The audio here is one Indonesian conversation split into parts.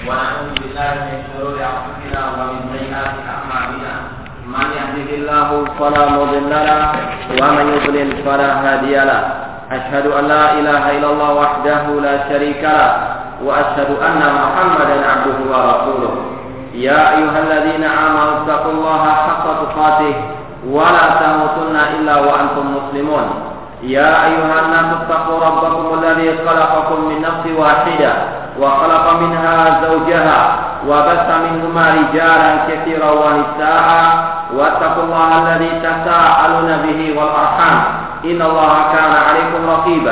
ونعوذ بالله من شرور أنفسنا ومن سيئات أعمالنا من يهده الله فلا مضل له ومن يضلل فلا هادي له أشهد أن لا إله إلا الله وحده لا شريك له وأشهد أن محمدا عبده ورسوله يا أيها الذين آمنوا اتقوا الله حق تقاته ولا تموتن إلا وأنتم مسلمون يا أيها الناس اتقوا ربكم الذي خلقكم من نفس واحدة وخلق منها زوجها وبث منهما رجالا كثيرا ونساء واتقوا الله الذي تساءلون به والأرحام إن الله كان عليكم رقيبا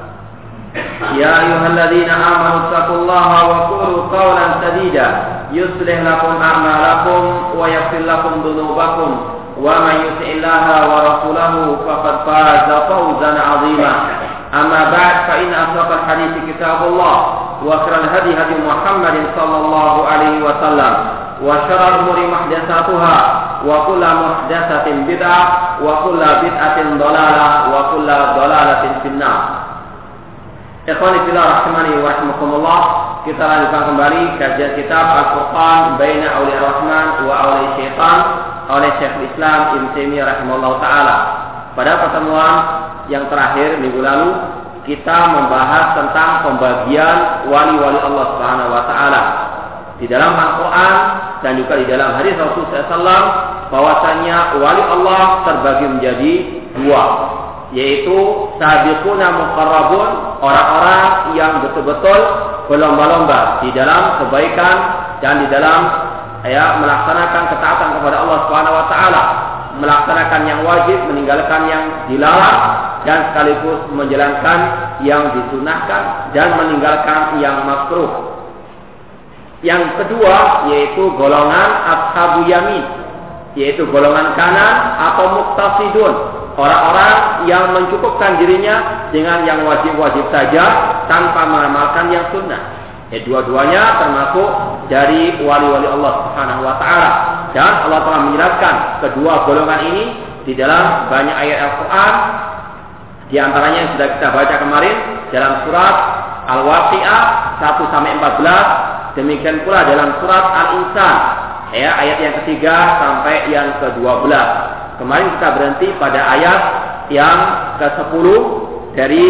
يا أيها الذين آمنوا اتقوا الله وقولوا قولا سديدا يصلح لكم أعمالكم ويغفر لكم ذنوبكم ومن يطع الله ورسوله فقد فاز فوزا عظيما أما بعد فإن أصدق الحديث كتاب الله وخير الهدي هدي محمد صلى الله عليه وسلم وشر الأمور محدثاتها وكل محدثة بدعة وكل بدعة ضلالة وكل ضلالة في النار. Ikhwani fillah rahimani wa rahimakumullah, kita lanjutkan kembali kajian kitab Al-Furqan Baina Auliya Rahman wa Auliya Syaitan oleh Syekhul Islam Ibnu Taimiyah rahimahullah taala. Pada pertemuan yang terakhir minggu lalu kita membahas tentang pembagian wali-wali Allah Subhanahu wa taala. Di dalam Al-Qur'an dan juga di dalam hadis Rasulullah SAW bahwasanya wali Allah terbagi menjadi dua, yaitu sabiquna muqarrabun, orang-orang yang betul-betul berlomba-lomba di dalam kebaikan dan di dalam melaksanakan ketaatan kepada Allah Subhanahu wa taala, melaksanakan yang wajib, meninggalkan yang dilarang, dan sekaligus menjalankan yang disunahkan dan meninggalkan yang makruh. Yang kedua yaitu golongan ashabu yamin, yaitu golongan kanan atau muqtasidun, orang-orang yang mencukupkan dirinya dengan yang wajib-wajib saja tanpa mengamalkan yang sunnah. Dua-duanya termasuk dari wali-wali Allah Subhanahu wa taala. Dan Allah telah menjelaskan kedua golongan ini di dalam banyak ayat Al-Qur'an. Di antaranya yang sudah kita baca kemarin dalam surat Al-Waqi'ah 1 sampai 14, demikian pula dalam surat Al-Insan ayat yang ketiga sampai yang ke-12. Kemarin kita berhenti pada ayat yang ke-10 dari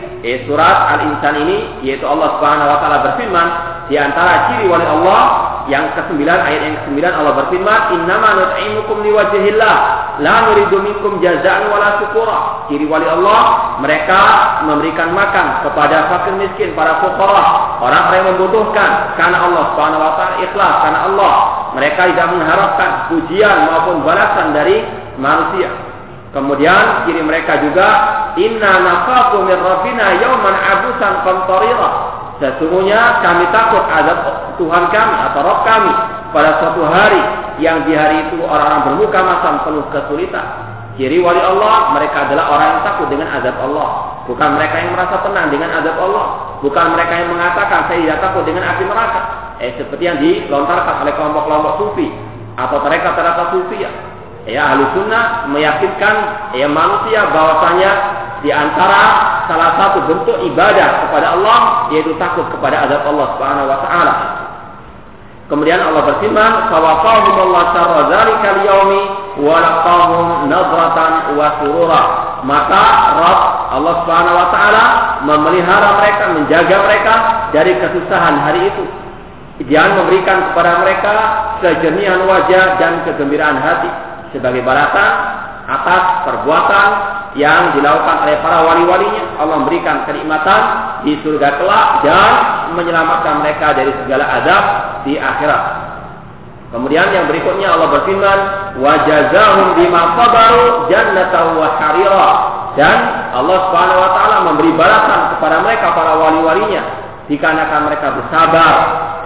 surat Al-Insan ini, yaitu Allah Subhanahu wa taala berfirman, di antara ciri wali Allah yang ke-9, ayat yang ke-9 Allah berfirman, "Innama nut'imukum liwajhillah, la nuridu minkum jazaa'an wala syukura." Ciri wali Allah, mereka memberikan makan kepada fakir miskin, para fuqara, orang-orang yang membutuhkan karena Allah Subhanahu wa taala, ikhlas karena Allah. Mereka tidak mengharapkan pujian maupun balasan dari manusia. Kemudian ciri mereka juga, inna nakhafu min rabbina yawman abusan qamtarira. Sesungguhnya kami takut azab Tuhan kami atau Rabb kami pada suatu hari yang di hari itu orang-orang bermuka masam penuh kesulitan. Ciri wali Allah, mereka adalah orang yang takut dengan azab Allah, bukan mereka yang merasa tenang dengan azab Allah, bukan mereka yang mengatakan saya tidak takut dengan api neraka. Seperti yang dilontarkan oleh kelompok-kelompok sufi atau tarekat-tarekat sufi ahli sunnah meyakinkan manusia bahwasanya di antara salah satu bentuk ibadah kepada Allah yaitu takut kepada azab Allah Subhanahu wa taala. Kemudian Allah berfirman, "Fawaqahum Allah syarra dzalikal yaumi wa laqahum nadratan wa surura." Maka Rabb Allah Subhanahu wa taala memelihara mereka, menjaga mereka dari kesusahan hari itu. Dia memberikan kepada mereka kejernihan wajah dan kegembiraan hati sebagai balasan atas perbuatan yang dilakukan oleh para wali-walinya. Allah memberikan kenikmatan di surga kelak dan menyelamatkan mereka dari segala azab di akhirat. Kemudian yang berikutnya Allah berfirman, wa jazahum bima sabaru jannatan wa harira. Dan Allah Subhanahu wa taala memberi balasan kepada mereka para wali-walinya dikarenakan mereka bersabar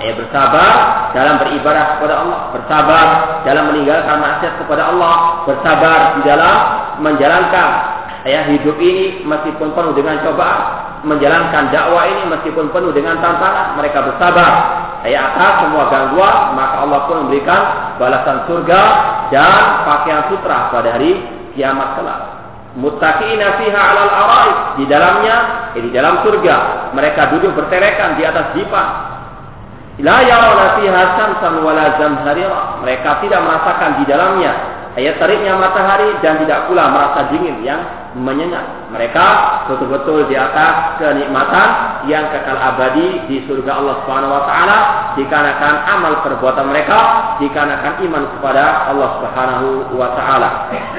dalam beribadah kepada Allah, bersabar dalam meninggalkan maksiat kepada Allah, bersabar di dalam menjalankan hidup ini meskipun penuh dengan cobaan, menjalankan dakwah ini meskipun penuh dengan tantangan. Mereka bersabar atas semua gangguan, maka Allah pun memberikan balasan surga dan pakaian sutra pada hari kiamat kelak. Muttaqina fiha 'alal ara'ik, di dalam surga mereka duduk bertelekan di atas dipan. La yarawna fiha syamsan wala zamharira. Mereka tidak merasakan di dalamnya teriknya matahari dan tidak pula merasa dingin yang menyengat. Mereka betul-betul di atas kenikmatan yang kekal abadi di surga Allah Subhanahu wa taala dikarenakan amal perbuatan mereka, dikarenakan iman kepada Allah Subhanahu wa taala.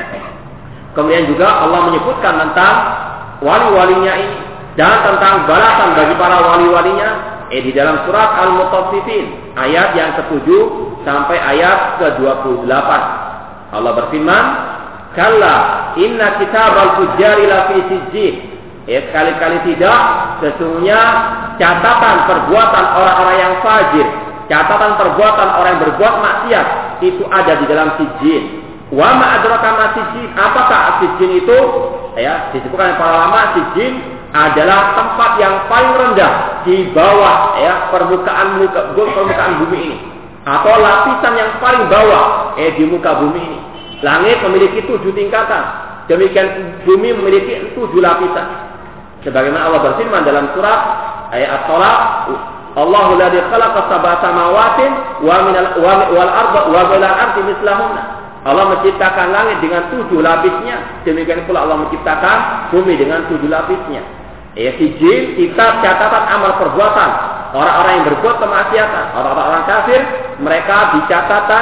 Kemudian juga Allah menyebutkan tentang wali-walinya ini dan tentang balasan bagi para wali-walinya di dalam surat Al-Mutaffifin ayat yang ke-7 sampai ayat ke-28. Allah berfirman, "Kalla inna kitabal fujjari lafi sijjin." Sekali-kali tidak, sesungguhnya catatan perbuatan orang-orang yang fajir, catatan perbuatan orang yang berbuat maksiat itu ada di dalam sijjin. Wa ma adraka ma sijjin? Apakah sijjin itu? Disebutkan oleh para ulama, sijjin adalah tempat yang paling rendah di bawah permukaan bumi ini, atau lapisan yang paling bawah di muka bumi ini. Langit memiliki 7 tingkatan, demikian bumi memiliki 7 lapisan. Sebagaimana Allah berfirman dalam surat At-Talaq, Allahu alladzi khalaqa sab'a samawatin wal arda wa bil ardi mislahunna. Allah menciptakan langit dengan 7 lapisnya, demikian pula Allah menciptakan bumi dengan 7 lapisnya. Sijil, kitab catatan amal perbuatan orang-orang yang berbuat kemaksiatan, orang-orang kafir, mereka dicatatkan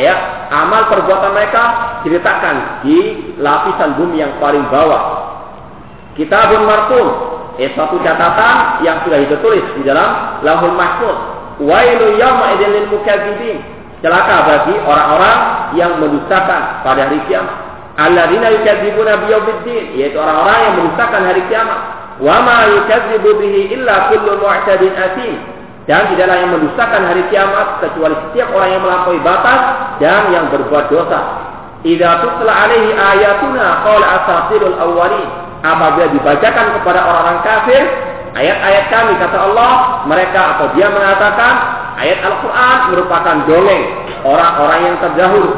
amal perbuatan mereka diletakkan di lapisan bumi yang paling bawah. Kitabun marqum, suatu catatan yang sudah ditulis di dalam Lauhul Mahfuz. Wailu yawma idzin lil mukadzibin. Celaka bagi orang-orang yang mendustakan pada hari kiamat. Alladzina yukadzibuna biyaumiddin, yaitu orang-orang yang mendustakan hari kiamat. Wa ma yukadzibu bihi illa kullu mu'tadin asim. Dan tidaklah yang mendustakan hari kiamat kecuali setiap orang yang melampaui batas dan yang berbuat dosa. Idza tutla alaihi ayatuna qala asatirul awwalin. Apabila dibacakan kepada orang-orang kafir ayat-ayat kami, kata Allah, mereka atau dia mengatakan ayat Al-Quran merupakan dongeng orang-orang yang terdahulu.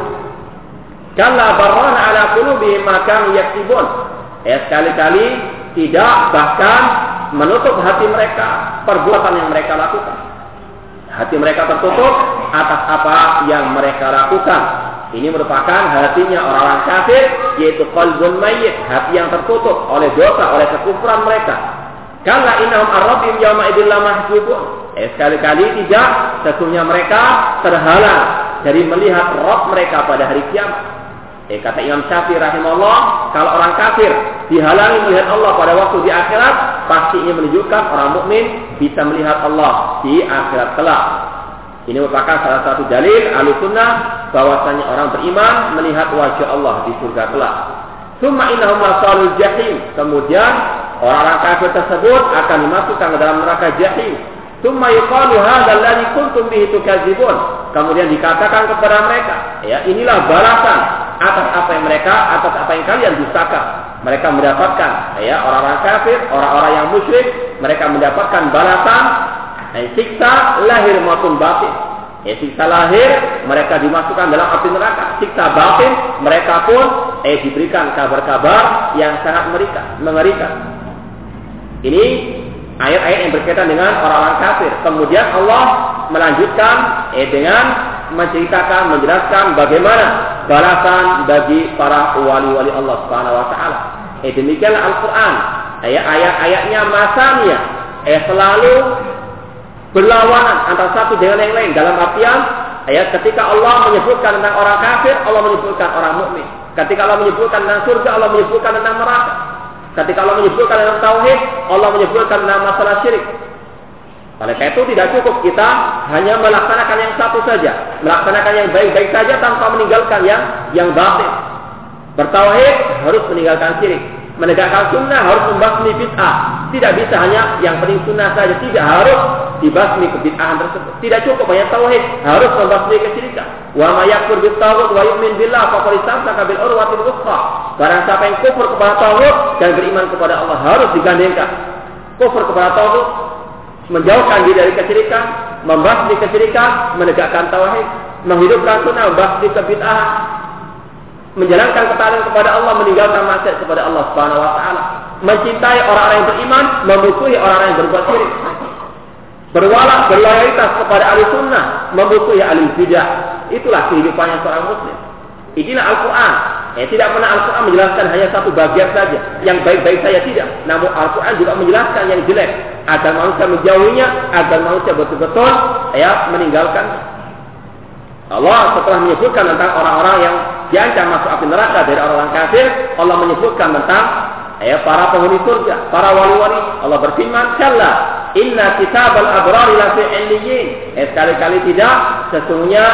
Kalla barrana ala qulubihim ma kanu yaktubun. Sekali-kali tidak, bahkan menutup hati mereka perbuatan yang mereka lakukan. Hati mereka tertutup atas apa yang mereka lakukan. Ini merupakan hatinya orang-orang kafir, yaitu qalbun mayyit, hati yang tertutup oleh dosa, oleh kekufuran mereka. Kalla innahum ar-rabbihim yawma idzin lamahjubun. Sekali-kali tidak, sesungguhnya mereka terhalang dari melihat Rabb mereka pada hari kiamat. Kata Imam Syafi'i rahimahullah, kalau orang kafir dihalangi melihat Allah pada waktu di akhirat, pasti ini menunjukkan orang mukmin bisa melihat Allah di akhirat kelak. Ini merupakan salah satu dalil Ahlussunnah bahwasanya orang beriman melihat wajah Allah di surga kelak. Tsumma innahum lasalul jahim. Kemudian orang-orang kafir tersebut akan dimasukkan ke dalam neraka jahim. Tsumma yuqalu hadzal ladzi kuntum bihi tukadzibun. Kemudian dikatakan kepada mereka, inilah balasan atas apa yang kalian dustakan. Mereka mendapatkan orang-orang kafir, orang-orang yang musyrik, mereka mendapatkan balasan siksa lahir maupun batin. Siksa lahir mereka dimasukkan dalam api neraka. Siksa batin mereka pun diberikan kabar-kabar yang sangat mengerikan. Ini ayat-ayat yang berkaitan dengan orang-orang kafir. Kemudian Allah melanjutkan dengan menceritakan, menjelaskan bagaimana balasan bagi para wali-wali Allah Subhanahu wa taala. Demikianlah Al-Qur'an. Ayat-ayatnya masanya selalu berlawanan antara satu dengan yang lain. Dalam artian ketika Allah menyebutkan tentang orang kafir, Allah menyebutkan orang mukmin. Ketika Allah menyebutkan tentang surga, Allah menyebutkan tentang neraka. Ketika Allah menyebutkan tentang tauhid, Allah menyebutkan tentang masalah syirik. Oleh karena itu tidak cukup kita hanya melaksanakan yang satu saja, melaksanakan yang baik-baik saja tanpa meninggalkan yang batil. Bertauhid harus meninggalkan syirik, menegakkan sunnah harus membasmi bid'ah. Tidak bisa hanya yang penting sunnah saja, tidak harus dibasmi kebid'ahan tersebut. Tidak cukup hanya tauhid, harus membasmi kesyirikan. Wa may yakfur bit-taghut wa yu'min billah faqad istamsaka bil urwatil wuthqa. Barang siapa yang kufur kepada taghut dan beriman kepada Allah harus digandengkan. Kufur kepada taghut, menjauhkan diri dari kesyirikan, membasmi kesyirikan, menegakkan tauhid, menghidupkan sunnah, membasmi kebid'ahan, menjalankan ketaatan kepada Allah, meninggalkan maksiat kepada Allah Subhanahu wa taala, mencintai orang-orang yang beriman, memusuhi orang-orang yang berbuat syirik. berloyalitas kepada ahli sunnah, memusuhi ahli bidah. Itulah kehidupannya seorang muslim. Inilah Al-Quran. Tidak pernah Al-Quran menjelaskan hanya satu bagian saja, yang baik-baik saja tidak. Namun Al-Quran juga menjelaskan yang jelek, agar manusia menjauhinya, agar manusia betul-betul meninggalkan. Allah setelah menyebutkan tentang orang-orang yang diancam masuk api neraka dari orang-orang kafir, Allah menyebutkan tentang para penghuni surga, para wali-wali. Allah berfirman, "Kalla inna kitabal abrari lafi 'illiyyin." Sekali-kali tidak, sesungguhnya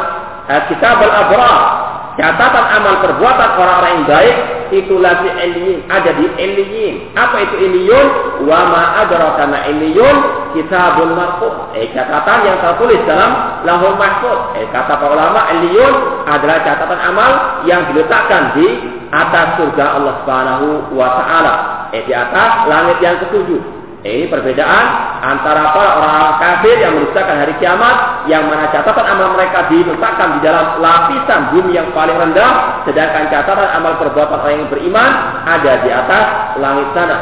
kitabal abrar, catatan amal perbuatan orang-orang yang baik itu lafi 'illiyyin, ada di 'illiyyin. Apa itu 'illiyun? Wa ma adraka ma 'illiyun? Kitabul marfuh. Catatan yang tertulis dalam Lauhul Mahfuz. Kata para ulama, 'illiyun adalah catatan amal yang diletakkan di atas surga Allah Subhanahu wa taala, di atas langit yang ketujuh. Ini perbedaan antara para orang kafir yang mendustakan hari kiamat, yang mana catatan amal mereka diletakkan di dalam lapisan bumi yang paling rendah, sedangkan catatan amal perbuatan orang yang beriman ada di atas langit sana.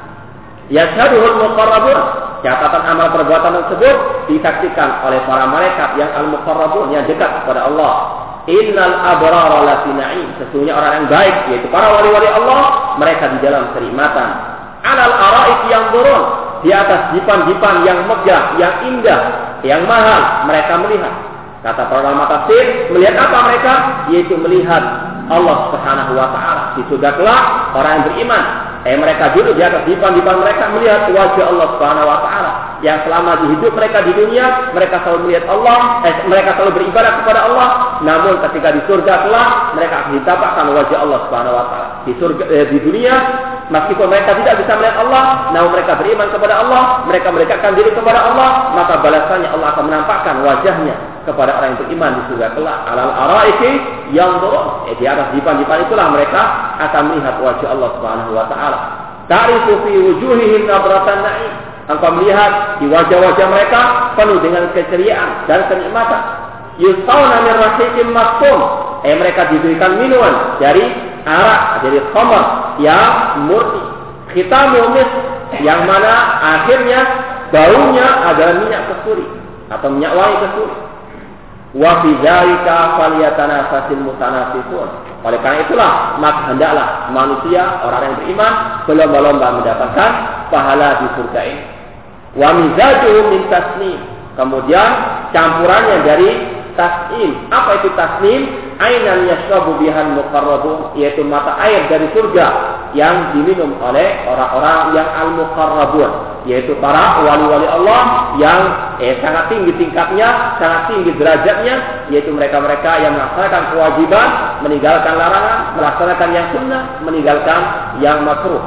Yashhaduhul muqarrabun. Catatan amal perbuatan tersebut disaksikan oleh para malaikat yang al-muqarrabun, yang dekat kepada Allah. Innal abrara lafi na'im. Sesungguhnya orang yang baik, yaitu para wali-wali Allah, mereka di dalam kenikmatan. Alal ara'ik yang turun, di atas dipan-dipan yang megah, yang indah, yang mahal, mereka melihat. Kata para ulama tafsir, melihat apa mereka? Yaitu melihat Allah Subhanahu wa taala. Di surga kelak orang yang beriman, mereka duduk di atas dipan-dipan mereka melihat wajah Allah Subhanahu wa taala. Yang selama di hidup mereka di dunia, mereka selalu melihat Allah, mereka selalu beribadah kepada Allah. Namun ketika di surga kelak, mereka akan ditampakkan wajah Allah Subhanahu wa taala. Di dunia, meskipun mereka tidak bisa melihat Allah, namun mereka beriman kepada Allah, mereka mendekatkan diri kepada Allah, maka balasannya Allah akan menampakkan wajahnya kepada orang yang beriman di surga kelak. Alal araiki yang turun, di atas dipan-dipan itulah mereka akan melihat wajah Allah Subhanahu wa taala. Ta'rifu fi wujuhihim nadratan na'im. Engkau melihat di wajah-wajah mereka penuh dengan keceriaan dan kenikmatan. Yusqawna min rahiqin maktum. Mereka diberikan minuman dari arak, dari khamr yang murni. Khitamu misk, yang mana akhirnya baunya adalah minyak kasturi atau minyak wangi kasturi. Wa fi dzalika falyatanafasil mutanafisun. Oleh karena itulah, maka hendaklah manusia, orang yang beriman, berlomba-lomba mendapatkan pahala di surga ini. Wa mizajuhu min tasnim. Kemudian campurannya dari tasnim. Apa itu tasnim? Ainan yashrabu bihal muqarrabun, yaitu mata air dari surga yang diminum oleh orang-orang yang al-muqarrabun, yaitu para wali-wali Allah yang sangat tinggi tingkatnya, sangat tinggi derajatnya, yaitu mereka-mereka yang melaksanakan kewajiban, meninggalkan larangan, melaksanakan yang sunnah, meninggalkan yang makruh.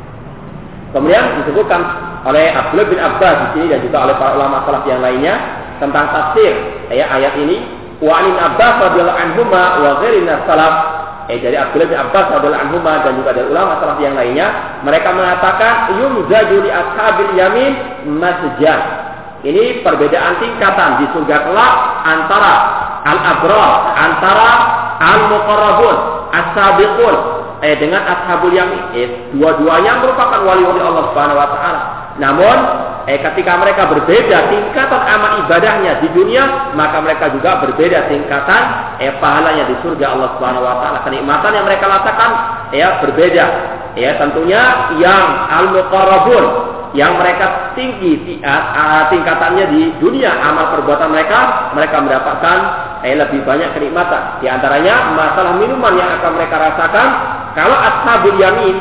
Kemudian disebutkan oleh Abdullah bin Abbas di sini dan juga oleh para ulama salaf yang lainnya tentang tafsir ayat ini. Wa an Abbas radhiyallahu anhuma wa ghairina salaf. Dari Abdullah bin Abbas radhiyallahu anhuma dan juga dari ulama salaf yang lainnya, mereka mengatakan yumzaju li ashabil yamin masjan. Ini perbedaan tingkatan di surga kelak antara al-abrar, antara al-muqarrabun, as-sabiqun dengan ashabul yamin. Dua-duanya merupakan wali-wali Allah Subhanahu wa taala. Namun ketika mereka berbeda tingkatan amal ibadahnya di dunia, maka mereka juga berbeda tingkatan pahalanya di surga Allah Subhanahu wa taala. Kenikmatan yang mereka rasakan berbeda. Tentunya yang al-muqarrabun, yang mereka tinggi tingkatannya di dunia, amal perbuatan mereka mendapatkan lebih banyak kenikmatan. Di antaranya masalah minuman yang akan mereka rasakan. Kalau ashabul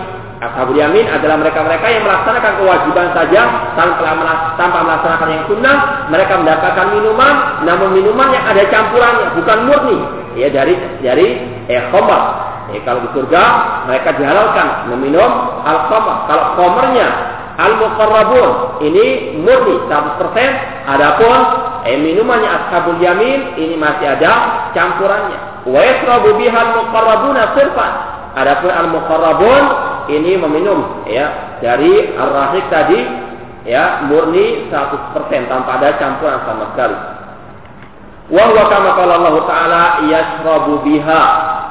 yamin adalah mereka-mereka yang melaksanakan kewajiban saja tanpa melaksanakan yang sunnah. Mereka mendapatkan minuman, namun minuman yang ada campurannya, bukan murni dari khamr. Kalau di surga mereka dihalalkan meminum al-khamr. Kalau khamrnya al-muqarrabun ini murni 100%, adapun minumannya ashabul yamin ini masih ada campurannya. Wa yashrabu biha al-muqarrabuna sirfan. Adapun al-muqarrabun ini meminum dari ar-rahiq tadi murni 100% tanpa ada campuran sama sekali. Wa huwa kama qala Allah taala yashrabu biha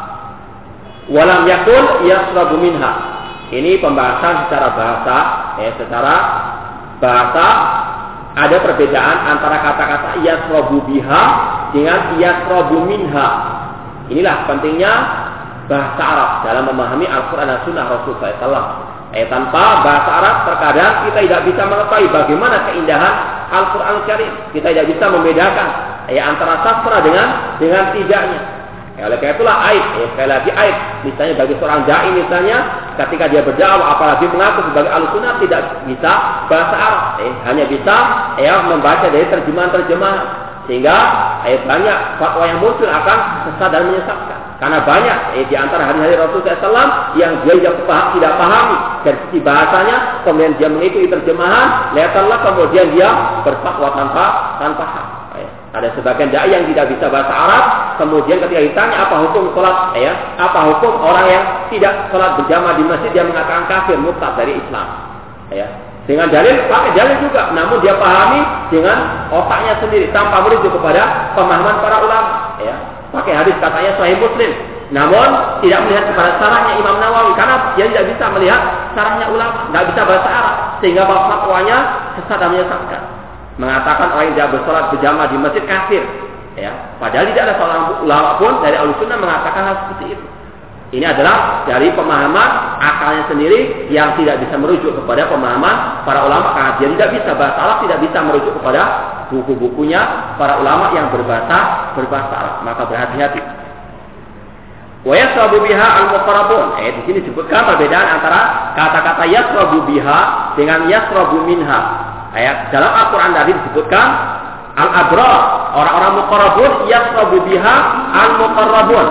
wa lam yakul yashrabu minha. Ini pembahasan secara bahasa ada perbedaan antara kata-kata yasrobu biha dengan yasrobu minha. Inilah pentingnya bahasa Arab dalam memahami Al-Quran dan Sunnah Rasulullah SAW. Tanpa bahasa Arab terkadang kita tidak bisa mengetahui bagaimana keindahan Al-Quran Karim. Kita tidak bisa membedakan antara sastra dengan tidaknya. Oleh karena itulah aib, sekali lagi aib. Misalnya bagi seorang dai misalnya, ketika dia berdakwah apalagi mengaku sebagai Ahlussunnah tidak bisa bahasa Arab, hanya bisa membaca dari terjemahan-terjemahan, sehingga banyak fatwa yang muncul akan sesat dan menyesatkan. Karena banyak di antara hadis-hadis Rasulullah SAW yang dia tidak pahami dari sisi bahasanya, kemudian dia mengikuti terjemahan, lihatlah kemudian dia berfatwa tanpa hak. Ada sebagian dai yang tidak bisa bahasa Arab, kemudian ketika ditanya apa hukum sholat, apa hukum orang yang tidak sholat berjamaah di masjid, dia mengatakan kafir, murtad dari Islam. Dengan dalil, pakai dalil juga, namun dia pahami dengan otaknya sendiri tanpa merujuk kepada pemahaman para ulama. Pakai hadis katanya Sahih Muslim, namun tidak melihat kepada sarahnya Imam Nawawi karena dia tidak bisa melihat sarahnya ulama, tidak bisa bahasa Arab, sehingga fatwanya sesat dan menyesatkan. Mengatakan orang yang tidak bersolat berjamaah di masjid kafir, padahal tidak ada seorang ulama pun dari Ahlussunnah mengatakan hal seperti itu. Ini adalah dari pemahaman akalnya sendiri yang tidak bisa merujuk kepada pemahaman para ulama karena dia tidak bisa bahasa Arab, tidak bisa merujuk kepada buku-bukunya para ulama yang berbahasa Arab. Maka berhati-hati. Wa yasrabu biha al-muqarrabun. Di sini disebutkan perbedaan antara kata-kata yasrabu biha dengan yasrabu minha. Dalam Al-Quran tadi disebutkan al-abrar, orang-orang muqarrabun, yasrabu biha al-muqarrabun.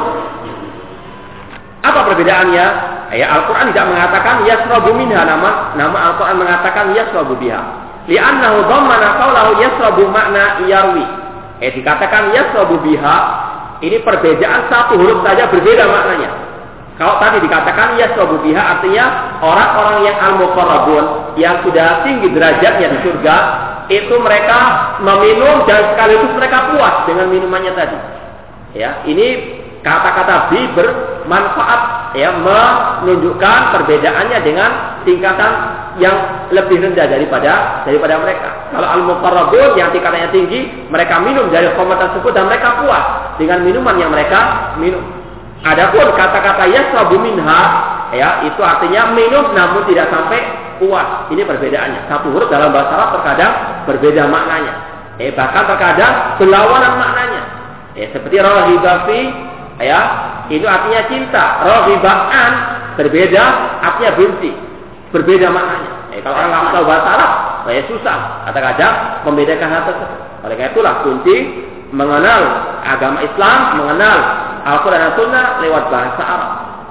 Apa perbedaannya? Al-Quran tidak mengatakan yasrabu minha, nama Al-Quran mengatakan yasrabu biha. Li'annahu dhammana qawlahu yasrabu makna yarwi. Dikatakan yasrabu biha, ini perbedaan satu huruf saja berbeda maknanya. Kalau tadi dikatakan yasrabu biha artinya orang-orang yang al-muqarrabun, yang sudah tinggi derajatnya di surga, itu mereka meminum dan sekaligus mereka puas dengan minumannya tadi. Ini kata-kata bi bermanfaat, menunjukkan perbedaannya dengan tingkatan yang lebih rendah daripada mereka. Kalau al-muqarrabun yang tingkatannya tinggi, mereka minum dari khamr tersebut dan mereka puas dengan minuman yang mereka minum. Adapun kata-kata yasrabu minha, itu artinya minum namun tidak sampai puas. Ini perbedaannya. Satu huruf dalam bahasa Arab terkadang berbeda maknanya. Bahkan terkadang berlawanan maknanya. Seperti rahibafi, itu artinya cinta. Rahibaan berbeda, artinya benci. Berbeda maknanya. Kalau orang nggak tahu bahasa Arab, susah. Kadang-kadang membedakan hal tersebut. Oleh karena itulah kunci mengenal agama Islam, mengenal Al-Quran dan Sunnah lewat bahasa Arab.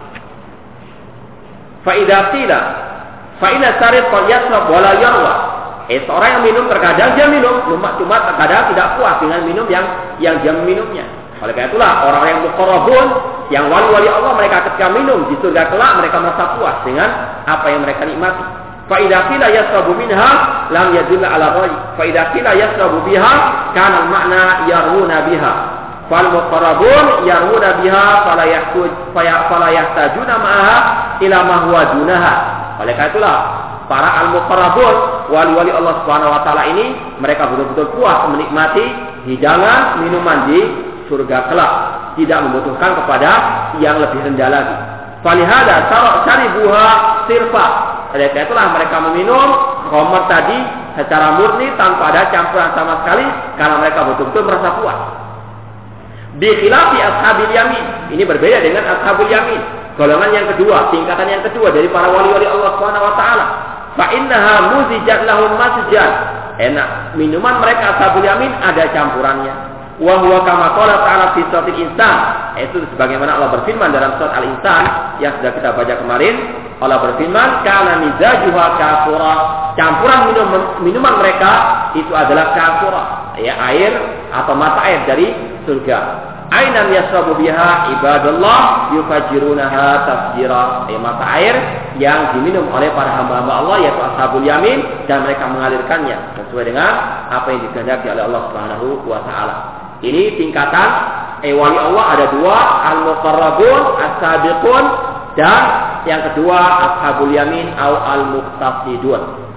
Faidah tidak, faidah syarif qad yasrab wala yarwa. Seorang yang minum terkadang dia minum, cuma terkadang tidak puas dengan minum yang dia minumnya. Oleh karena itulah orang-orang yang muqarrabun, yang wali-wali Allah, mereka ketika minum di surga kelak mereka merasa puas dengan apa yang mereka nikmati. Faidah qila yasrabu minha lam yadulla ala ghairi. Faidah qila yasrabu biha kana al-ma'na yaruna biha. Fal muqarrabun yaruna biha fala yahtajuna ma'aha ila ma huwa dunaha. Oleh karena itulah para al-muqarrabun, wali-wali Allah Subhanahu wa taala ini, mereka betul-betul puas menikmati hidangan minuman di surga kelak, tidak membutuhkan kepada yang lebih rendah lagi. Falihada syaribuha sirfa. Oleh karena itulah mereka meminum khamr tadi secara murni tanpa ada campuran sama sekali karena mereka betul-betul merasa puas. Bi khilafi ashabil yamin. Ini berbeda dengan ashabul yamin. Golongan yang kedua, tingkatan yang kedua dari para wali-wali Allah Subhanahu wa taala. Fa innaha muzijat lahum masjan. Enak, minuman mereka ashabul yamin ada campurannya. Wa huwa kama qala ta'ala fi suratil insan. Itu sebagaimana Allah berfirman dalam surat Al-Insan yang sudah kita baca kemarin. Allah berfirman, kana mizajuha kafura. Campuran minuman mereka itu adalah kafura, air atau mata air dari surga. Ainan yasrabu biha ibadallah yufajirunaha tafjira. Mata air yang diminum oleh para hamba-hamba Allah yaitu ashabul yamin, dan mereka mengalirkannya sesuai dengan apa yang dikehendaki oleh Allah Subhanahu wa taala. Ini tingkatan wali Allah ada dua, al-muqarrabun, as-sabiqun, dan yang kedua ashabul yamin atau al-muqtasidun.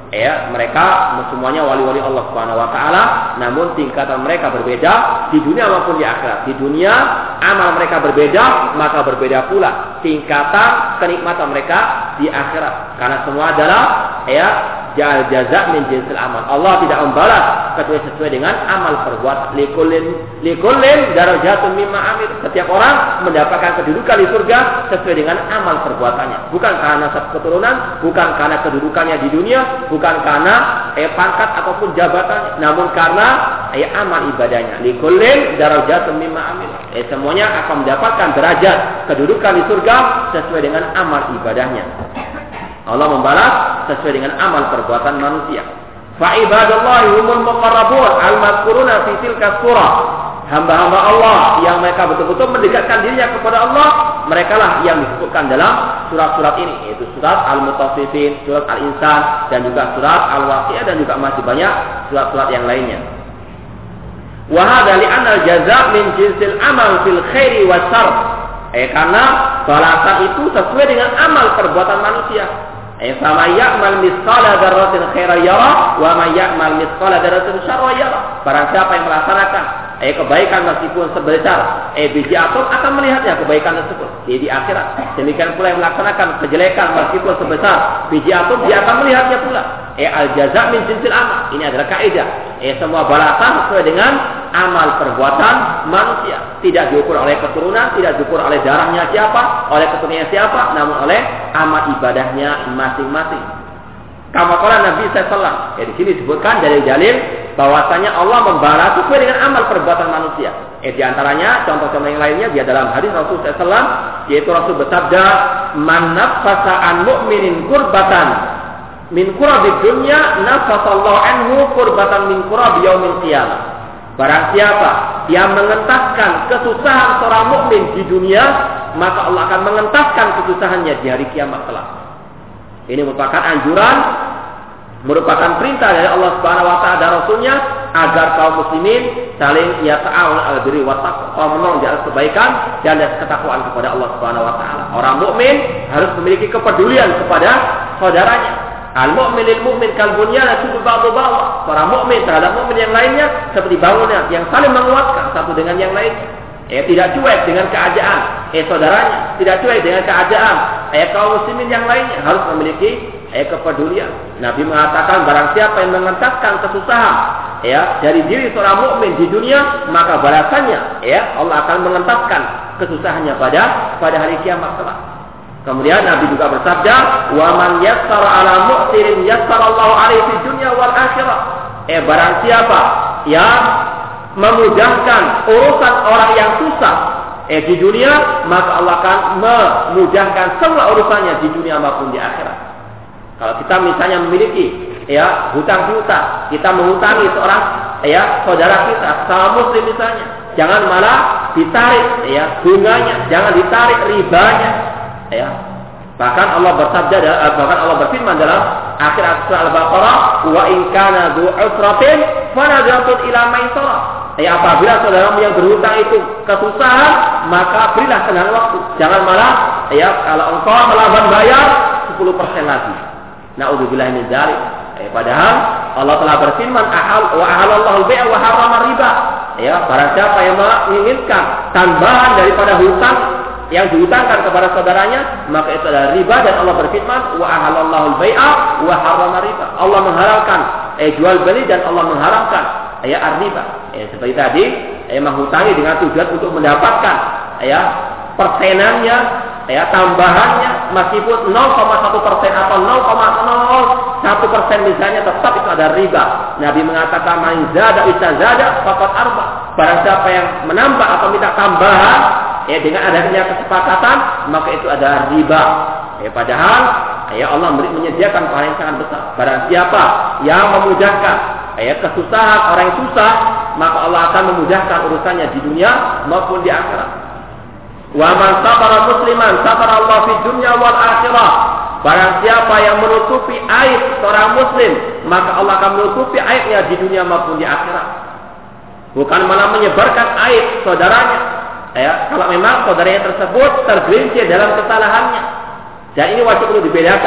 mereka semuanya wali-wali Allah Subhanahu wa taala, namun tingkatan mereka berbeda di dunia maupun di akhirat. Di dunia amal mereka berbeda, maka berbeda pula tingkatan kenikmatan mereka di akhirat. Karena semua adalah jaza min jinsil amal. Allah tidak membalas kecuali sesuai dengan amal perbuatan. Likullin darajatun mimma amil. Setiap orang mendapatkan kedudukan di surga sesuai dengan amal perbuatannya. Bukan karena keturunan, bukan karena kedudukannya di dunia, bukan karena pangkat ataupun jabatannya, namun karena amal ibadahnya. Likullin darajatun mimma amil. Semuanya akan mendapatkan derajat kedudukan di surga sesuai dengan amal ibadahnya. Allah membalas sesuai dengan amal perbuatan manusia. Fa ibadallahi humul muqarrabun al-mazkuruna fi tilka surah. Hamba-hamba Allah yang mereka betul-betul mendekatkan dirinya kepada Allah, merekalah yang disebutkan dalam surat-surat ini, yaitu surat Al-Mutaffifin, surat Al-Insan, dan juga surat Al-Waqiah, dan juga masih banyak surat-surat yang lainnya. Wa hadza li'anna al-jazaa' min jinsil amal fil khairi was syarr. Karena balasan itu sesuai dengan amal perbuatan manusia. Fama ya'mal mithqala dzarratin khairan yara wa man ya'mal mithqala dzarratin syarran yara. Barang siapa yang melaksanakan kebaikan meskipun sebesar biji atom akan melihatnya kebaikan tersebut di akhirat. Demikian pula yang melaksanakan kejelekan meskipun sebesar biji atom, dia akan melihatnya pula. Al-jaza' min jinsil amal. Ini adalah kaidah. Semua balasan sesuai dengan amal perbuatan manusia. Tidak diukur oleh keturunan, tidak diukur oleh darahnya siapa, oleh keturunannya siapa, namun oleh amal ibadahnya masing-masing. Kama qala Nabi sallallahu di sini disebutkan dari dalil bahwasanya Allah membalas sesuai dengan amal perbuatan manusia. Di antaranya contoh-contoh yang lainnya dia dalam hadis Rasul sallallahu yaitu Rasul bersabda, "Man nafasa an mu'minin kurbatan min qurabid dunya nafasallahu anhu qurbatan min qurab yaumil qiyamah." Barang siapa yang mengentaskan kesusahan seorang mukmin di dunia, maka Allah akan mengentaskan kesusahannya di hari kiamat kelak. Ini merupakan anjuran, merupakan perintah dari Allah Subhanahu wa taala dan Rasulnya agar kaum muslimin saling ta'awun al birri wa taqwa, menolong di atas kebaikan dan ketakwaan kepada Allah Subhanahu wa taala. Orang mukmin harus memiliki kepedulian kepada saudaranya. Al-mu'minil mu'min kal bunyan yashuddu ba'du ba'd. Para mukmin terhadap mukmin yang lainnya seperti bangunan yang saling menguatkan satu dengan yang lainnya. Tidak cuek dengan keadaan saudaranya, tidak cuek dengan keadaan kaum muslimin yang lainnya, harus memiliki kepedulian. Nabi mengatakan barang siapa yang mengentaskan kesusahan dari diri seorang mukmin di dunia, maka balasannya Allah akan mengentaskan kesusahannya pada hari kiamat kelak. Kemudian Nabi juga bersabda, "Wa man yassara 'ala mu'sirin yassarallahu 'alaihi fid dunya wal akhirah." Barang siapa yang memudahkan urusan orang yang susah di dunia, maka Allah akan memudahkan semua urusannya di dunia maupun di akhirat. Kalau kita misalnya memiliki hutang piutang, kita menghutangi seorang saudara kita, sama muslim misalnya, jangan malah ditarik bunganya, jangan ditarik ribanya. Bahkan Allah bersabda, bahkan Allah berfirman dalam akhir surah Al-Baqarah, "Wa in kana dzu usratin fanadratun ila maisarah." Apabila saudaramu yang berhutang itu kesusahan, maka berilah tenggang waktu. Jangan malah kalau engkau melambat bayar 10% lagi. Na'udzubillah min dzalik. Padahal Allah telah berfirman, "Wa ahallallahu al-bai'a wa harrama riba." Barang siapa yang menginginkan tambahan daripada hutang yang dihutangkan kepada saudaranya, maka itu adalah riba, dan Allah berfirman, "Wa ahallallahu al-bai'a wa harrama riba." Allah menghalalkan jual beli dan Allah mengharamkan riba. Seperti tadi, menghutangi dengan tujuan untuk mendapatkan persenannya, tambahannya, meskipun 0,1% atau 0,01% misalnya, tetap itu ada riba. Nabi mengatakan, "Man zada istazada faqad arba." Barang siapa yang menambah atau minta tambahan dengan adanya kesepakatan, maka itu adalah riba. Padahal Allah menyediakan pahala yang sangat besar. Barang siapa yang memudahkan kesusahan orang yang susah, maka Allah akan memudahkan urusannya di dunia maupun di akhirat. Wa man satara musliman satara Allah fi dunya wal akhirah. Barang siapa yang menutupi aib seorang muslim, maka Allah akan menutupi aibnya di dunia maupun di akhirat. Bukan malah menyebarkan aib saudaranya. Kalau memang saudaranya tersebut tergelincir dalam kesalahannya. Dan ini wajib perlu dibedakan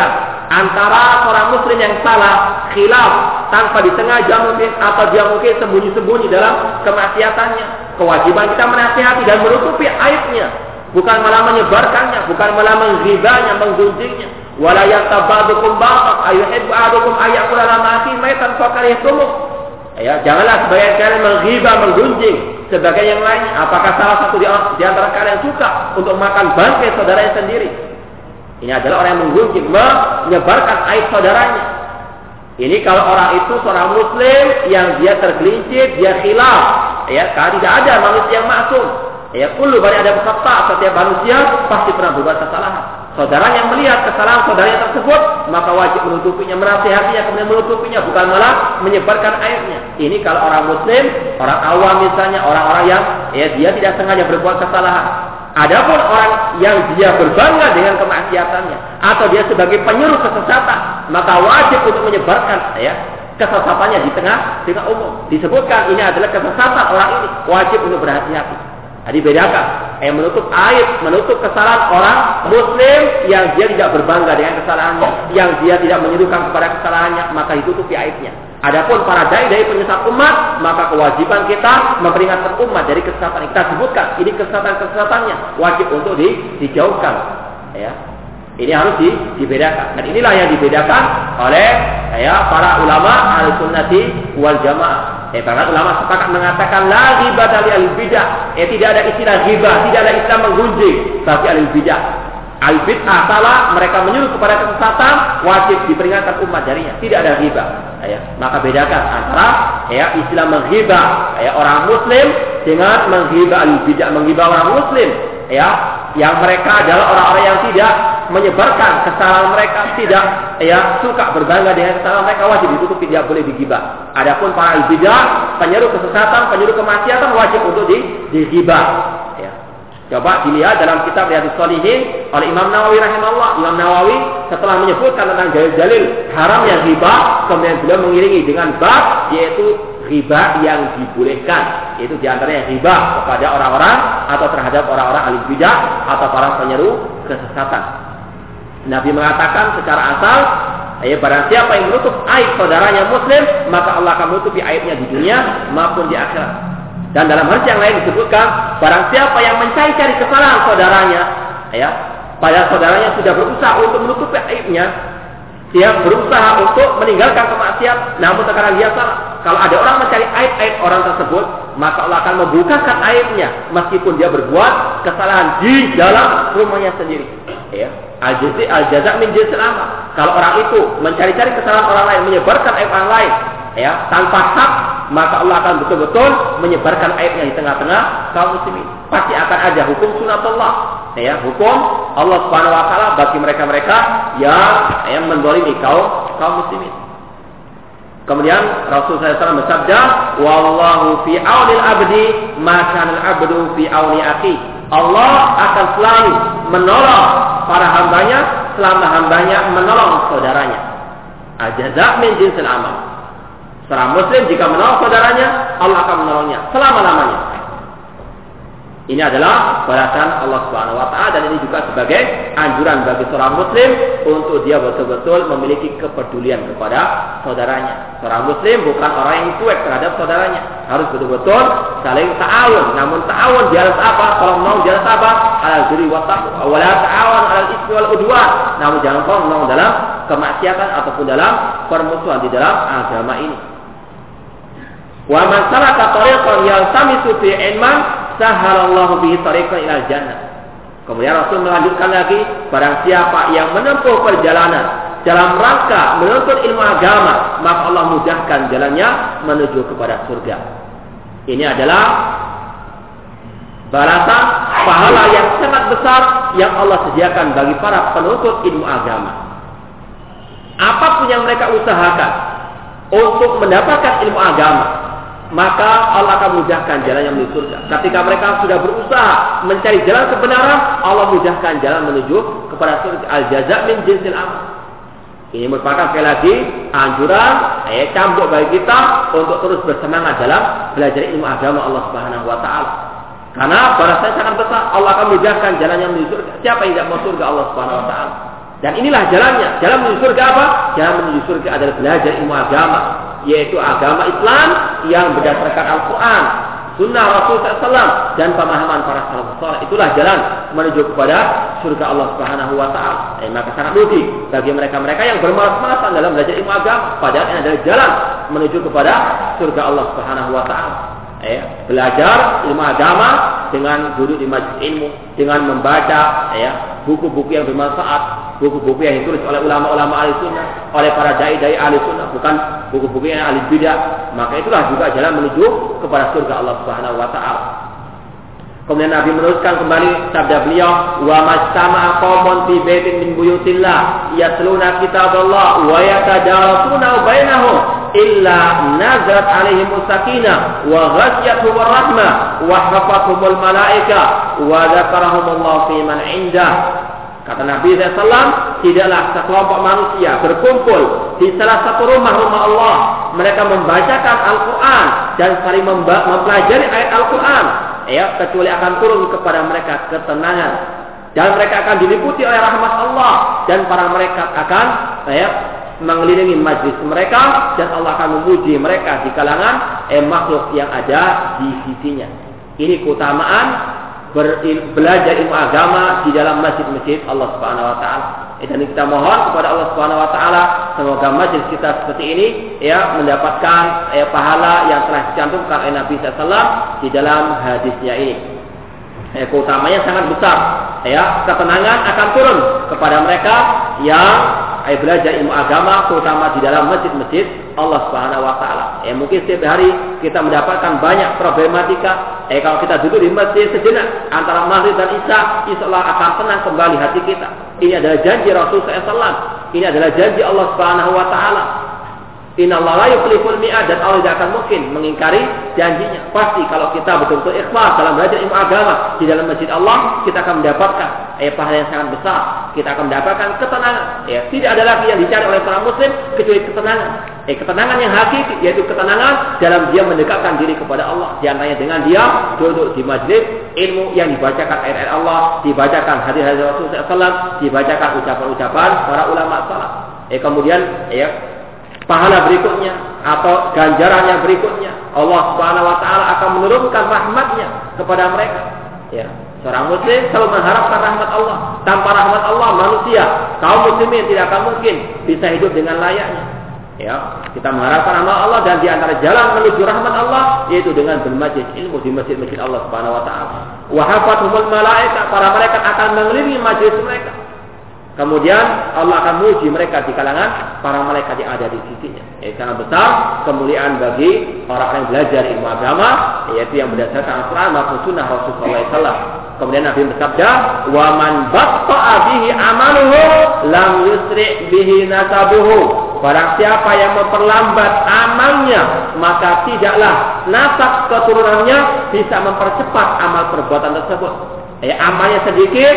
antara seorang muslim yang salah, khilaf, tanpa disengaja mungkin, atau dia mungkin sembunyi-sembunyi dalam kemaksiatannya. Kewajiban kita menasihati dan menutupi aibnya, bukan malah menyebarkannya, bukan malah menghibahnya, menggunjingnya. Wala yatabadukum ba'd ayuhibbu ahadukum ayyakula lama akhi maitan fakarihtum. Ya, janganlah sebagian kalian menghibah, menggunjing sebagai yang lainnya. Apakah salah satu di antara kalian suka untuk makan bangkai saudaranya sendiri? Ini adalah orang yang menggunjing, menyebarkan aib saudaranya. Ini kalau orang itu seorang muslim yang dia tergelincir, dia khilaf, ya, karena tidak ada manusia yang maksum. Ya, kullu bani adam khata', setiap manusia pasti pernah berbuat kesalahan. Saudaranya yang melihat kesalahan saudaranya tersebut, maka wajib menutupinya, menasihatinya, kemudian menutupinya, bukan malah menyebarkan aibnya. Ini kalau orang muslim, orang awam misalnya, orang-orang yang dia tidak sengaja berbuat kesalahan. Adapun orang yang dia berbangga dengan kemaksiatannya, atau dia sebagai penyuruh kesesatan, maka wajib untuk menyebarkan kesesatannya di tengah umum. Disebutkan ini adalah kesesatan orang ini, wajib untuk berhati-hati. Dibedakan, menutup aib, menutup kesalahan orang muslim yang dia tidak berbangga dengan kesalahannya, yang dia tidak menyerukan kepada kesalahannya, maka ditutupi aibnya. Adapun para dai-dai penyesat umat, maka kewajiban kita memperingatkan umat dari kesesatan. Kita sebutkan ini kesesatan-kesesatannya, wajib untuk dijauhkan. Ya. Ini harus dibedakan. Dan inilah yang dibedakan oleh para ulama al-sunnati wal jamaah. Para ulama sepakat mengatakan la ghibata li al-bidah. Tidak ada istilah ghibah, tidak ada istilah menggunjing bagi al-bidah. Al-bid'ah salah, mereka menyuruh kepada kesesatan, wajib diperingatkan umat darinya. Tidak ada ghibah. Maka bedakan antara istilah menghibah orang muslim dengan menghibah al-bidah, menghibah orang muslim yang mereka adalah orang-orang yang tidak menyebarkan kesalahan mereka, tidak suka berbangga dengan kesalahan mereka, wajib ditutupi, tidak boleh digibah. Adapun para al-bidah, penyeru kesesatan, penyeru kemaksiatan, wajib untuk digibah. Coba dilihat dalam kitab Riyadhus Shalihin oleh Imam Nawawi rahimahullah. Imam Nawawi setelah menyebutkan tentang dalil-dalil haramnya ghibah, kemudian beliau mengiringi dengan bab, yaitu ghibah yang dibolehkan. Itu diantaranya ghibah kepada orang-orang atau terhadap orang-orang ahli bidah atau para penyeru kesesatan. Nabi mengatakan secara asal, barang siapa yang menutup aib saudaranya muslim, maka Allah akan menutupi aibnya di dunia maupun di akhirat. Dan dalam hadis yang lain disebutkan, barang siapa yang mencari-cari kesalahan saudaranya, padahal saudaranya sudah berusaha untuk menutupi aibnya, dia berusaha untuk meninggalkan kemaksiatan, namun terkadang dia salah. Kalau ada orang mencari aib-aib orang tersebut, maka Allah akan membukakan aibnya, meskipun dia berbuat kesalahan di dalam rumahnya sendiri. Al-jaza' min jinsil amal. Kalau orang itu mencari-cari kesalahan orang lain, menyebarkan aib orang lain, tanpa hak, maka Allah akan betul-betul menyebarkan aibnya di tengah-tengah kaum muslimin. Pasti akan ada hukum sunatullah, hukum Allah Subhanahu wa taala bagi mereka-mereka yang mendolimi kaum muslimin. Kemudian Rasulullah SAW bersabda, wallahu fi aunil abdi ma kana al-abdu fi auni akhi. Allah akan selalu menolong para hambanya selama hambanya menolong saudaranya. Al-jaza' min jinsil amal. Seorang muslim jika menolong saudaranya, Allah akan menolongnya selama-lamanya. Ini adalah balasan Allah Subhanahu wa taala, dan ini juga sebagai anjuran bagi seorang muslim untuk dia betul-betul memiliki kepedulian kepada saudaranya. Seorang muslim bukan orang yang cuek terhadap saudaranya, harus betul-betul saling ta'awun. Namun ta'awun di atas apa? Kalau menolong di atas apa? Alal birri wat taqwa. Wa la ta'awun 'alal itsmi wal 'udwan. Namun jangan kau menolong dalam kemaksiatan ataupun dalam permusuhan di dalam agama ini. Wa man salaka tariqan yaltamisu fi ilman sahalallahu bihi tariqan ilal jannah. Kemudian Rasul melanjutkan lagi, barang siapa yang menempuh perjalanan dalam rangka menuntut ilmu agama, maka Allah mudahkan jalannya menuju kepada surga. Ini adalah balasan pahala yang sangat besar yang Allah sediakan bagi para penuntut ilmu agama. Apapun yang mereka usahakan untuk mendapatkan ilmu agama, maka Allah akan mudahkan jalannya menuju surga. Ketika mereka sudah berusaha mencari jalan kebenaran, Allah mudahkan jalan menuju kepada surga. Al-jaza' min jinsil amal. Ini merupakan sekali lagi anjuran, cambuk bagi kita untuk terus bersemangat dalam belajar ilmu agama Allah Subhanahu wa taala. Karena balasannya sangat besar. Allah akan mudahkan jalannya menuju surga. Siapa yang tidak mau surga Allah Subhanahu wa taala? Dan inilah jalannya. Jalan menuju surga apa? Jalan menuju surga adalah belajar ilmu agama, yaitu agama Islam yang berdasarkan Al-Quran, Sunnah Rasulullah SAW, dan pemahaman para salafus saleh. Itulah jalan menuju kepada surga Allah Subhanahu Wa Taala. Maka sangat rugi bagi mereka-mereka yang bermalas-malasan dalam belajar ilmu agama. Padahal ini adalah jalan menuju kepada surga Allah Subhanahu Wa Taala. Belajar ilmu agama dengan duduk di majelis ilmu, dengan membaca buku-buku yang bermanfaat, buku-buku yang ditulis oleh ulama-ulama ahli sunnah, oleh para dai-dai ahli sunnah, bukan buku-buku yang ahli bidah. Maka itulah juga jalan menuju kepada surga Allah Subhanahu Wa Taala. Kemudian Nabi meneruskan kembali sabda beliau, wa mastama'a qaumun fi baitin min buyutillah yatluna kitaballah wa yatadarasuna bainahum illa nazalat alaihimus sakinah wa ghasyiyatuhum rahmah wa hafathumul malaika wa dzakarahumullahu fi man indah. Kata Nabi SAW, tidaklah sekelompok manusia berkumpul di salah satu rumah-rumah Allah, mereka membacakan Al-Quran dan saling mempelajari ayat Al-Quran, kecuali akan turun kepada mereka ketenangan, dan mereka akan diliputi oleh rahmat Allah, dan para mereka akan mengelilingi majlis mereka, dan Allah akan memuji mereka di kalangan makhluk yang ada di sisinya. Ini keutamaan belajar ilmu agama di dalam masjid-masjid Allah Subhanahu Wa Taala. Dan kita mohon kepada Allah Subhanahu Wa Taala, semoga majlis kita seperti ini mendapatkan pahala yang telah dicantumkan oleh Nabi SAW di dalam hadisnya ini. Keutamanya sangat besar. Ketenangan akan turun kepada mereka yang belajar ilmu agama, terutama di dalam masjid-masjid Allah Subhanahu Wa Taala. Mungkin setiap hari kita mendapatkan banyak problematika. Kalau kita duduk di masjid sejenak antara maghrib dan isya, insya Allah akan tenang kembali hati kita. Ini adalah janji Rasulullah SAW. Ini adalah janji Allah Subhanahu Wa Taala. Innallaha la yukhliful mi'ad, dan Allah tidak akan mungkin mengingkari janjinya. Pasti kalau kita betul-betul ikhlas dalam belajar ilmu agama di dalam masjid Allah, kita akan mendapatkan pahala yang sangat besar. Kita akan mendapatkan ketenangan. Tidak ada lagi yang dicari oleh seorang muslim kecuali ketenangan. Ketenangan yang hakiki, yaitu ketenangan dalam dia mendekatkan diri kepada Allah. Di antaranya dengan dia duduk di majlis ilmu yang dibacakan ayat-ayat Allah, dibacakan hadis-hadis Rasulullah SAW, dibacakan ucapan-ucapan para ulama salaf. Kemudian pahala berikutnya atau ganjaran yang berikutnya, Allah Subhanahu Wa Taala akan menurunkan rahmatnya kepada mereka. Seorang muslim selalu mengharapkan rahmat Allah. Tanpa rahmat Allah, manusia, kaum muslimin tidak akan mungkin bisa hidup dengan layaknya. Kita mengharapkan rahmat Allah, dan di antara jalan menuju rahmat Allah yaitu dengan bermajlis ilmu di masjid-masjid Allah Subhanahu Wa Taala. Wa hafathumul malaika, para malaikat akan mengelilingi majlis mereka. Kemudian Allah akan menguji mereka di kalangan para malaikat yang ada di sisinya. Sangat besar kemuliaan bagi orang yang belajar ilmu agama, yaitu yang berdasarkan Al-Quran maupun Sunnah Rasulullah SAW. Kemudian Nabi bersabda, "Wa man batta'a bihi amaluhu lam yusri' bihi nasabuhu." Barang siapa yang memperlambat amalnya, maka tidaklah nasab keturunannya bisa mempercepat amal perbuatan tersebut. Amalnya sedikit,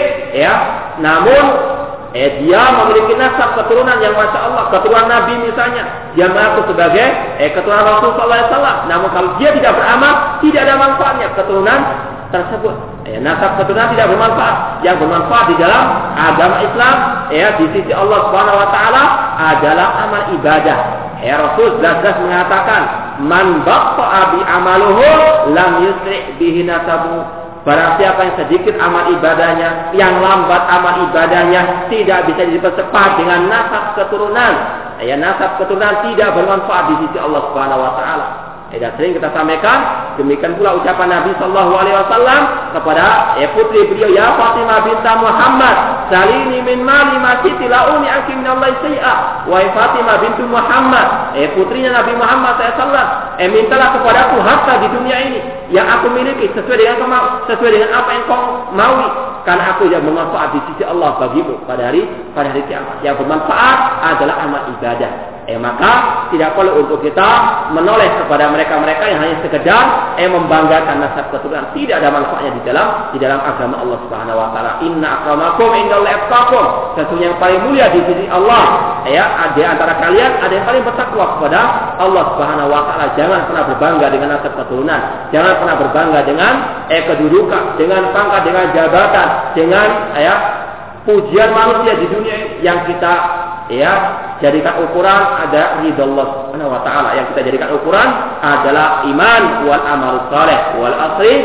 namun dia memiliki nasab keturunan yang masya Allah, keturunan Nabi misalnya, dia mengaku sebagai keturunan Rasulullah SAW. Namun kalau dia tidak beramal, tidak ada manfaatnya keturunan tersebut. Nasab keturunan tidak bermanfaat. Yang bermanfaat di dalam agama Islam, di sisi Allah Subhanahu Wa Taala adalah amal ibadah. Rasul jelas-jelas mengatakan, man batta'a bi amaluhu lam yusri' bihi nasabu. Barang siapa yang sedikit amal ibadahnya, yang lambat amal ibadahnya, tidak bisa dipercepat dengan nasab keturunan. Nasab keturunan tidak bermanfaat di sisi Allah Subhanahu Wa Taala. Dan sering kita sampaikan, demikian pula ucapan Nabi Sallallahu Alaihi Wasallam kepada putri beliau, ya Fatimah binta Muhammad, salini min mali ma siti launi anki minallahi syai'a. Wahai Fatimah bintu Muhammad, putrinya Nabi Muhammad SAW, mintalah kepadaku harta di dunia ini yang aku miliki sesuai dengan apa yang kau maui, karena aku yang bermanfaat di sisi Allah bagimu pada hari kiamat. Yang bermanfaat adalah amal ibadah. Maka tidak perlu untuk kita menoleh kepada mereka-mereka yang hanya sekedar membanggakan nasab keturunan. Tidak ada manfaatnya di dalam agama Allah Subhanahu Wa Taala. Inna akramakum indallahi atqakum. Sesungguhnya yang paling mulia di sisi Allah, ada antara kalian ada yang paling bertakwa kepada Allah Subhanahu Wa Taala. Jangan pernah berbangga dengan nasab keturunan. Jangan pernah berbangga dengan kedudukan, dengan pangkat, dengan jabatan, dengan pujian manusia di dunia ini yang kita jadikan ukuran ada ridha Allah Subhanahu wa taala. Yang kita jadikan ukuran adalah iman wal amal saleh wal asri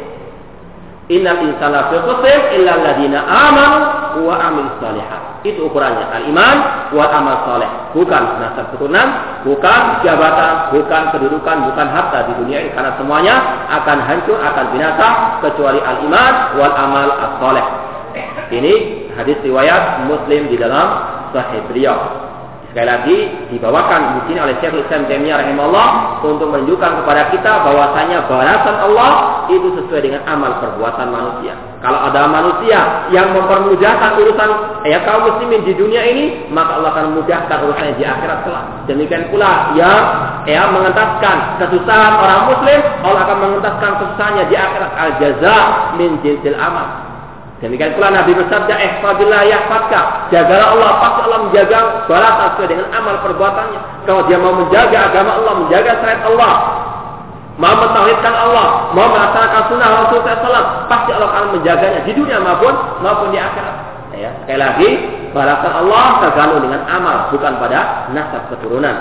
innal insana fi khusr illa alladziina aamanu wa amilus shalihat. Itu ukurannya al-iman wal amal saleh. Bukan nasab keturunan, bukan jabatan, bukan kedudukan, bukan harta di dunia ini, karena semuanya akan hancur, akan binasa kecuali al-iman wal amal as-saleh. Ini hadis riwayat Muslim di dalam Sahih beliau. Sekali lagi dibawakan di sini oleh Syekhul Islam Taimiyah rahimahullah untuk menunjukkan kepada kita bahwasanya balasan Allah itu sesuai dengan amal perbuatan manusia. Kalau ada manusia yang mempermudahkan urusan kaum muslimin di dunia ini, maka Allah akan memudahkan urusannya di akhirat kelak. Demikian pula yang mengentaskan kesusahan orang muslim, Allah akan mengentaskan kesusahannya di akhirat. Al-jaza min jinsil amal. Demikian pula Nabi bersabda, ihfazillah yahfazka. Jagalah Allah, pasti Allah menjaga balasan sesuai dengan amal perbuatannya. Kalau dia mau menjaga agama Allah, menjaga syariat Allah, mau mentauhidkan Allah, mau melaksanakan sunnah Rasulullah SAW, pasti Allah akan menjaganya di dunia maupun di akhirat. Sekali lagi, balasan Allah tergantung dengan amal, bukan pada nasab keturunan.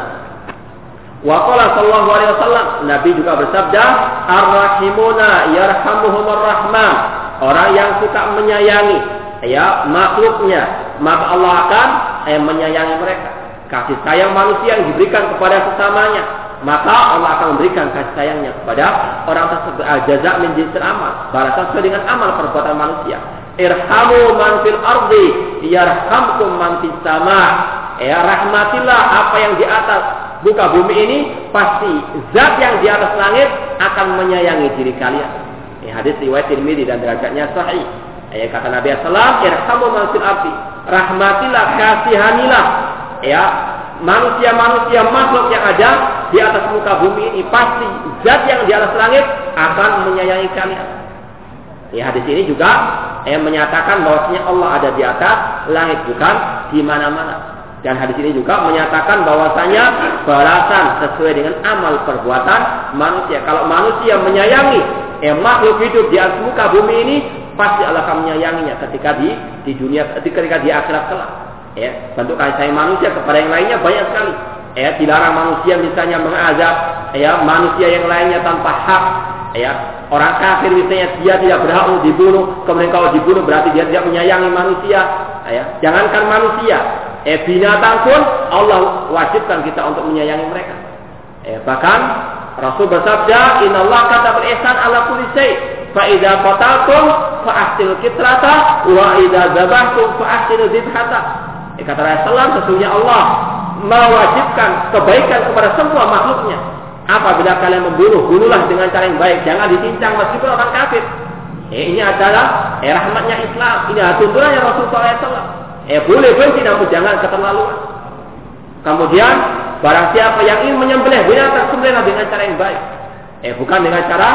Wa qala sallallahu alaihi wasallam, Nabi juga bersabda, ar-rahimuna yarhamuhumur rahman. Orang yang suka menyayangi makhluknya, maka Allah akan menyayangi mereka. Kasih sayang manusia yang diberikan kepada sesamanya, maka Allah akan memberikan kasih sayangnya kepada orang tersebut. Al-jaza min jinsil amal. Balasan sesuai dengan amal perbuatan manusia. Irhamu man fil ardi yarhamkum man fis sama. Rahmatilah apa yang di atas muka bumi ini, pasti zat yang di atas langit akan menyayangi diri kalian. Hadis riwayat Tirmidzi dan derajatnya sahih. Kata Nabi sallallahu irhamu man fil ardi. Rahmatilah, kasihanilah manusia-manusia makhluk yang ada di atas muka bumi ini, pasti zat yang di atas langit akan menyayangi kalian. Hadis ini juga menyatakan bahwasanya Allah ada di atas langit, bukan di mana-mana. Dan hadis ini juga menyatakan bahwasanya balasan sesuai dengan amal perbuatan manusia. Kalau manusia menyayangi makhluk hidup di atas muka bumi ini, pasti Allah akan menyayanginya ketika di dunia, ketika di akhirat kelak. Bentuk kasih sayang manusia kepada yang lainnya banyak sekali. Dilarang manusia misalnya mengazab manusia yang lainnya tanpa hak. Orang kafir misalnya dia tidak berhak untuk dibunuh, kemudian kalau dibunuh berarti dia tidak menyayangi manusia. Jangankan manusia, binatang pun Allah wajibkan kita untuk menyayangi mereka. Bahkan Rasul bersabda, innallaha katabal ihsan ala kulli syai', fa idza qataltum fa ahsinul qitlata wa idza dzabhtum fa ahsinul dzibhata. Kata Rasulullah, sesungguhnya Allah mewajibkan kebaikan kepada semua makhluknya. Apabila kalian membunuh, bunuhlah dengan cara yang baik, jangan dicincang meskipun orang kafir. Ini adalah rahmatnya Islam. Ini tuntunannya Rasulullah SAW. Boleh benci namun jangan keterlaluan. Kemudian barang siapa yang ingin menyembelih binatang, sembelihlah dengan cara yang baik. Bukan dengan cara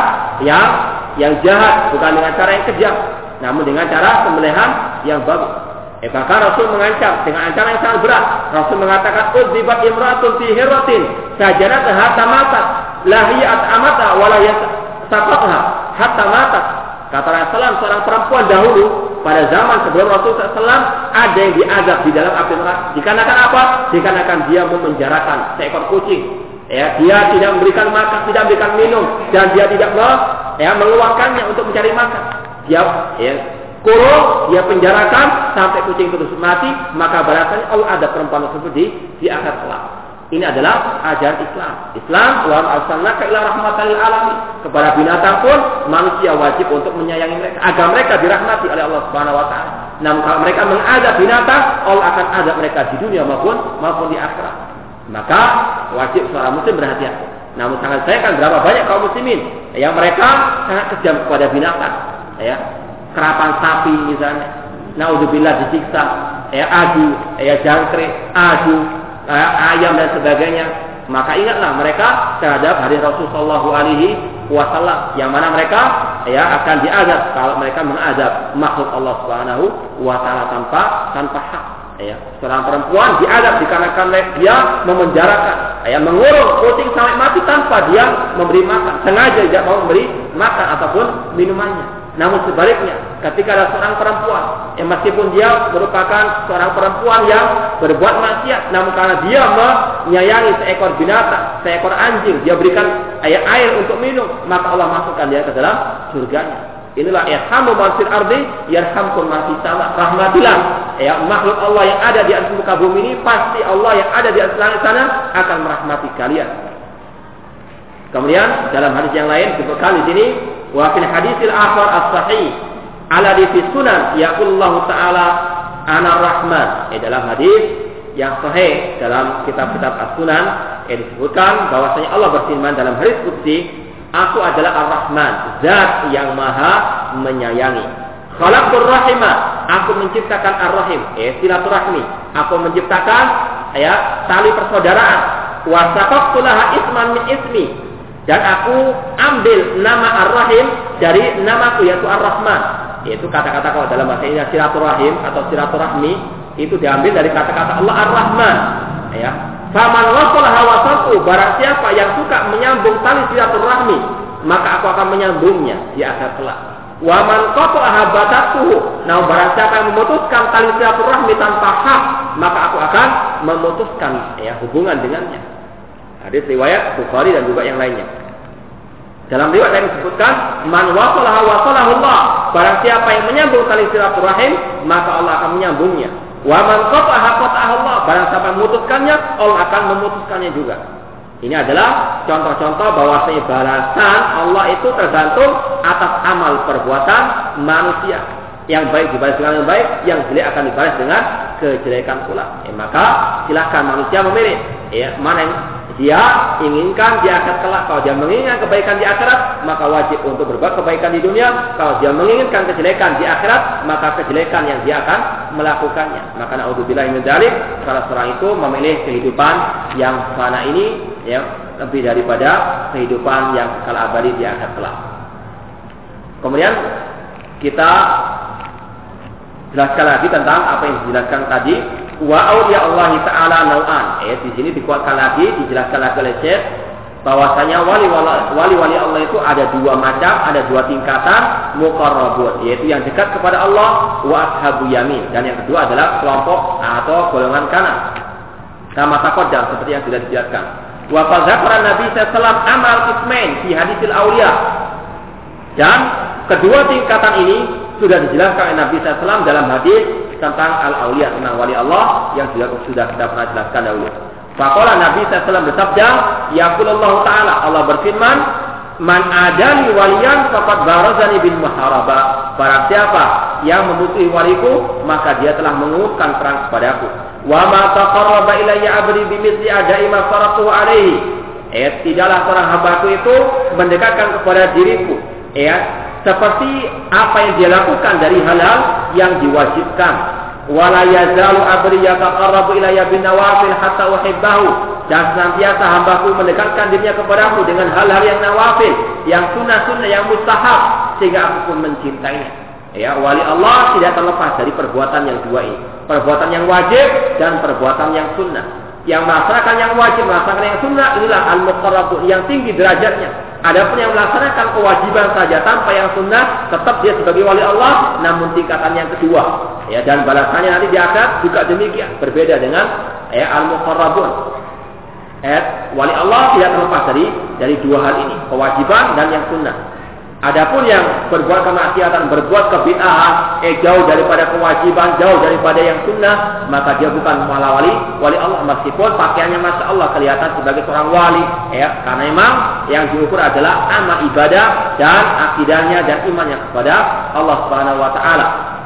yang jahat, bukan dengan cara yang kejam, namun dengan cara sembelihan yang bagus. Bahkan Rasul mengancam dengan ancaman yang sangat berat. Rasul mengatakan, "Udzibat imra'atun fi hirratin, sajaratha hatta matat, lahiyat amata wa la yasaqatha hatta matat." Kata Rasulullah, seorang perempuan dahulu pada zaman sebelum Rasul SAW ada yang diazab di dalam api neraka. Dikarenakan apa? Dikarenakan dia memenjarakan seekor kucing. Dia tidak memberikan makan, tidak memberikan minum, dan dia tidak mengeluarkannya untuk mencari makan. Dia kurung, dia penjarakan sampai kucing itu mati, maka balasannya Allah ada perempuan tersebut di akhirat kelak. Ini adalah ajaran Islam. Islam wa arsalnaka ila rahmatan lil alamin. Kepada binatang pun manusia wajib untuk menyayangi mereka agar mereka dirahmati oleh Allah Subhanahu wa taala. Namun kalau mereka mengazab binatang, Allah akan azab mereka di dunia maupun di akhirat. Maka wajib seorang muslim berhati-hati. Namun sangat sayangkan berapa banyak kaum muslimin yang mereka sangat kejam kepada binatang. Kerapan sapi misalnya, naudzubillah disiksa, adu, jangkrik, adu, ayam dan sebagainya. Maka ingatlah mereka terhadap hadis Rasulullah Shallallahu Alaihi Wasallam, yang mana mereka akan diazab kalau mereka mengazab makhluk Allah Subhanahu Wa Taala tanpa hak. Seorang perempuan diazab dikarenakan dia memenjarakan, mengurung kucing sampai mati tanpa dia memberi makan, sengaja tidak mau memberi makan ataupun minumannya. Namun sebaliknya, ketika ada seorang perempuan yang meskipun dia merupakan seorang perempuan yang berbuat maksiat, namun karena dia menyayangi seekor binatang, seekor anjing, dia berikan air untuk minum, maka Allah masukkan dia ke dalam surganya. Inilah irhamu man fil ardi yarhamkum man fis sama. Rahmatilah makhluk Allah yang ada di atas muka bumi ini, pasti Allah yang ada di atas langit sana akan merahmati kalian. Kemudian dalam hadis yang lain disebutkan di sini, wa fil hadisil akhar as-sahih ala di sunan yaqulullahu taala ana rahman. Dalam hadis yang sahih dalam kitab-kitab as-sunan disebutkan bahwasanya Allah berfirman dalam hadis qudsi, aku adalah Ar-Rahman, zat yang maha menyayangi. Khalaqtur rahimah, aku menciptakan Ar-Rahim, silaturahmi. Aku menciptakan tali persaudaraan. Wa saqaqtu laha isman min ismi, dan aku ambil nama Ar-Rahim dari namaku yaitu Ar-Rahman. Yaitu kata-kata kalau dalam bahasa Indonesia silaturahim atau silaturahmi itu diambil dari kata-kata Allah Ar-Rahman. Faman wasalaha wasaltu, barang siapa yang suka menyambung tali silaturahmi, maka aku akan menyambungnya di akhirat kelak. Wa man qata'aha batatuhu, nah barang siapa yang memutuskan tali silaturahmi tanpa hak, maka aku akan memutuskan hubungan dengannya. Hadis riwayat Bukhari dan juga yang lainnya. Dalam riwayat yang disebutkan, man wasalaha wasalahullah, barang siapa yang menyambung tali silaturahim, maka Allah akan menyambungnya. Wa man qata'aha qata'ahu Allah, barang siapa yang memutuskannya, Allah akan memutuskannya juga. Ini adalah contoh-contoh bahwasanya balasan Allah itu tergantung atas amal perbuatan manusia. Yang baik dibalas dengan yang baik, yang jelek akan dibalas dengan kejelekan pula. Maka silahkan manusia memilih mana yang dia inginkan di akhirat kelak. Kalau dia menginginkan kebaikan di akhirat, maka wajib untuk berbuat kebaikan di dunia. Kalau dia menginginkan kejelekan di akhirat, maka kejelekan yang dia akan melakukannya. Maka naudzubillahi min dzalik, salah seorang itu memilih kehidupan yang fana ini lebih daripada kehidupan yang kekal abadi di akhirat kelak. Kemudian kita jelaskan lagi tentang apa yang dijelaskan tadi. Wa auliya Allah Ta'ala nau'an. Di sini dikuatkan lagi, dijelaskan lagi oleh Syekh bahwasanya wali-wali Allah itu ada dua macam, ada dua tingkatan, muqarrabun, yaitu yang dekat kepada Allah, wa ashabu yamin, dan yang kedua adalah kelompok atau golongan kanan. Kama taqaddam, seperti yang sudah dijelaskan. Wa qad dzakara Nabi sallallahu alaihi wasallam amal qismain fi hadisil auliya. Dan kedua tingkatan ini sudah dijelaskan oleh Nabi sallallahu alaihi wasallam dalam hadis tentang al-auliya, tentang wali Allah yang sudah kita pernah jelaskan dahulu. Faqala Nabi sallallahu alaihi wasallam bersabda, yaqulullahu taala, Allah berfirman, man adani waliyan faqad barazani bil muharaba. Barang siapa yang memusuhi waliku, maka dia telah mengumumkan perang kepadaku. Wa ma taqarraba ilayya 'abdi bimithli ada'i ma faratuhu alaihi. Tidaklah seorang hambaku itu mendekatkan kepada diriku seperti apa yang dia lakukan dari hal-hal yang diwajibkan. Wala yazalu 'abdi yataqarrabu ilayya bin nawafil hatta uhibbahu, dan senantiasa hambaku mendekatkan dirinya kepadaku dengan hal-hal yang nawafil, yang sunnah-sunnah, yang mustahab, sehingga aku pun mencintainya. Wali Allah tidak terlepas dari perbuatan yang dua ini, perbuatan yang wajib dan perbuatan yang sunnah. Yang melaksanakan yang wajib, melaksanakan yang sunnah, inilah al-muqarrabun, yang tinggi derajatnya. Adapun yang melaksanakan kewajiban saja tanpa yang sunnah, tetap dia sebagai wali Allah, namun tingkatan yang kedua. Dan balasannya nanti di akhirat juga demikian, berbeda dengan al-muqarrabun. Wali Allah tidak terlepas dari dua hal ini, kewajiban dan yang sunnah. Adapun yang berbuat kemaksiatan, berbuat kebid'ahan, jauh daripada kewajiban, jauh daripada yang sunnah, maka dia bukan malah wali Allah, meskipun pakaiannya masya Allah kelihatan sebagai seorang wali, karena memang yang diukur adalah amal ibadah dan akidahnya dan imannya kepada Allah Subhanahu Wa Taala.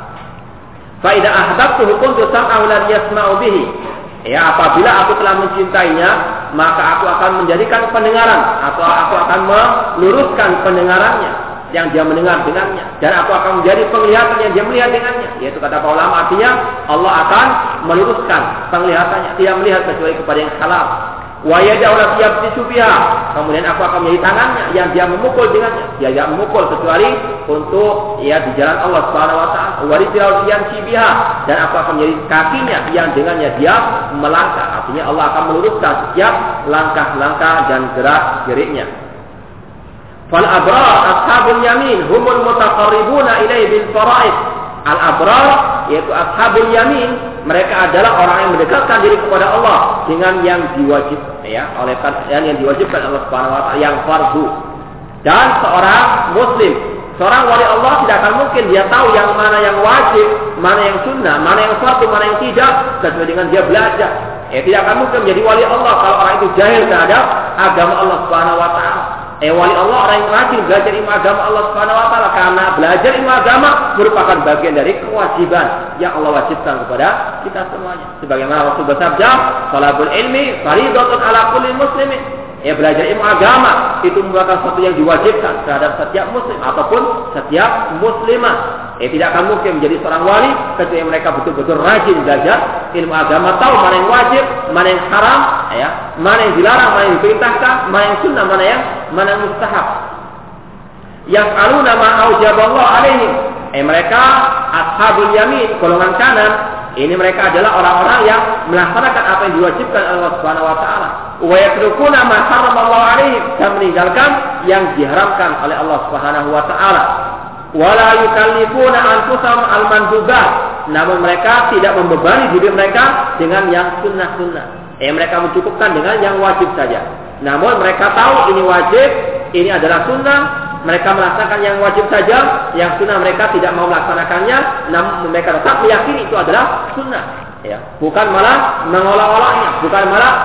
Fa idza ahbabtuhu kuntu sam'ahu alladhi yasma'u bihi. Apabila aku telah mencintainya, maka aku akan menjadikan pendengaran, atau aku akan meluruskan pendengarannya yang dia mendengar dengannya, dan aku akan menjadi penglihatan yang dia melihat dengannya. Yaitu kata para ulama, artinya Allah akan meluruskan penglihatannya, tidak melihat kecuali kepada yang halal. Wa yada'u yabtisu biha, kemudian aku akan menjadi tangannya yang dia memukul dengannya. Dia tidak memukul kecuali untuk di jalan Allah Subhanahu Wa Taala. Wa rijlahu yamshi biha, dan aku akan menjadi kakinya yang dengannya dia melangkah. Artinya Allah akan meluruskan setiap langkah-langkah dan gerak-geriknya. Fal abrar ashabul yamin humul mutaqarribuna ilaihi bil fara'id. Al abrar yaitu ashabul yamin, mereka adalah orang yang mendekatkan diri kepada Allah dengan yang diwajibkan oleh yang diwajibkan Allah Subhanahu wa taala, yang fardu. Dan seorang muslim, seorang wali Allah tidak akan mungkin dia tahu yang mana yang wajib, mana yang sunnah, mana yang fardu, mana yang tidak, kecuali dengan dia belajar. Tidak akan mungkin menjadi wali Allah kalau orang itu jahil terhadap agama Allah Subhanahu wa taala. Wali Allah orang yang rajin belajar ilmu agama Allah Subhanahu wa taala, karena belajar ilmu agama merupakan bagian dari kewajiban yang Allah wajibkan kepada kita semuanya. Sebagaimana Rasul bersabda, "Talabul ilmi fardhatun 'ala kulli muslimin." Belajar ilmu agama itu merupakan sesuatu yang diwajibkan terhadap setiap muslim ataupun setiap muslimah. Tidak akan mungkin menjadi seorang wali kecuali mereka betul-betul rajin belajar ilmu agama, tahu mana yang wajib, mana yang haram, mana yang dilarang, mana yang diperintahkan, mana yang sunnah, mana yang mustahab. Yaf'aluna ma aujaballahu alaihim. Mereka ashabul yamin, golongan kanan. Ini mereka adalah orang-orang yang melaksanakan apa yang diwajibkan Allah Subhanahu wa taala. Wa yatrukuna ma haramallahu alaihim, dan meninggalkan yang diharamkan oleh Allah Subhanahu wa taala. Wala yukallifuna anfusahum al-mandubat, namun mereka tidak membebani diri mereka dengan yang sunnah-sunnah. Mereka mencukupkan dengan yang wajib saja. Namun mereka tahu ini wajib, ini adalah sunnah. Mereka melaksanakan yang wajib saja, yang sunnah mereka tidak mau melaksanakannya, namun mereka tetap meyakini itu adalah sunnah. Bukan malah mengolok-oloknya, bukan malah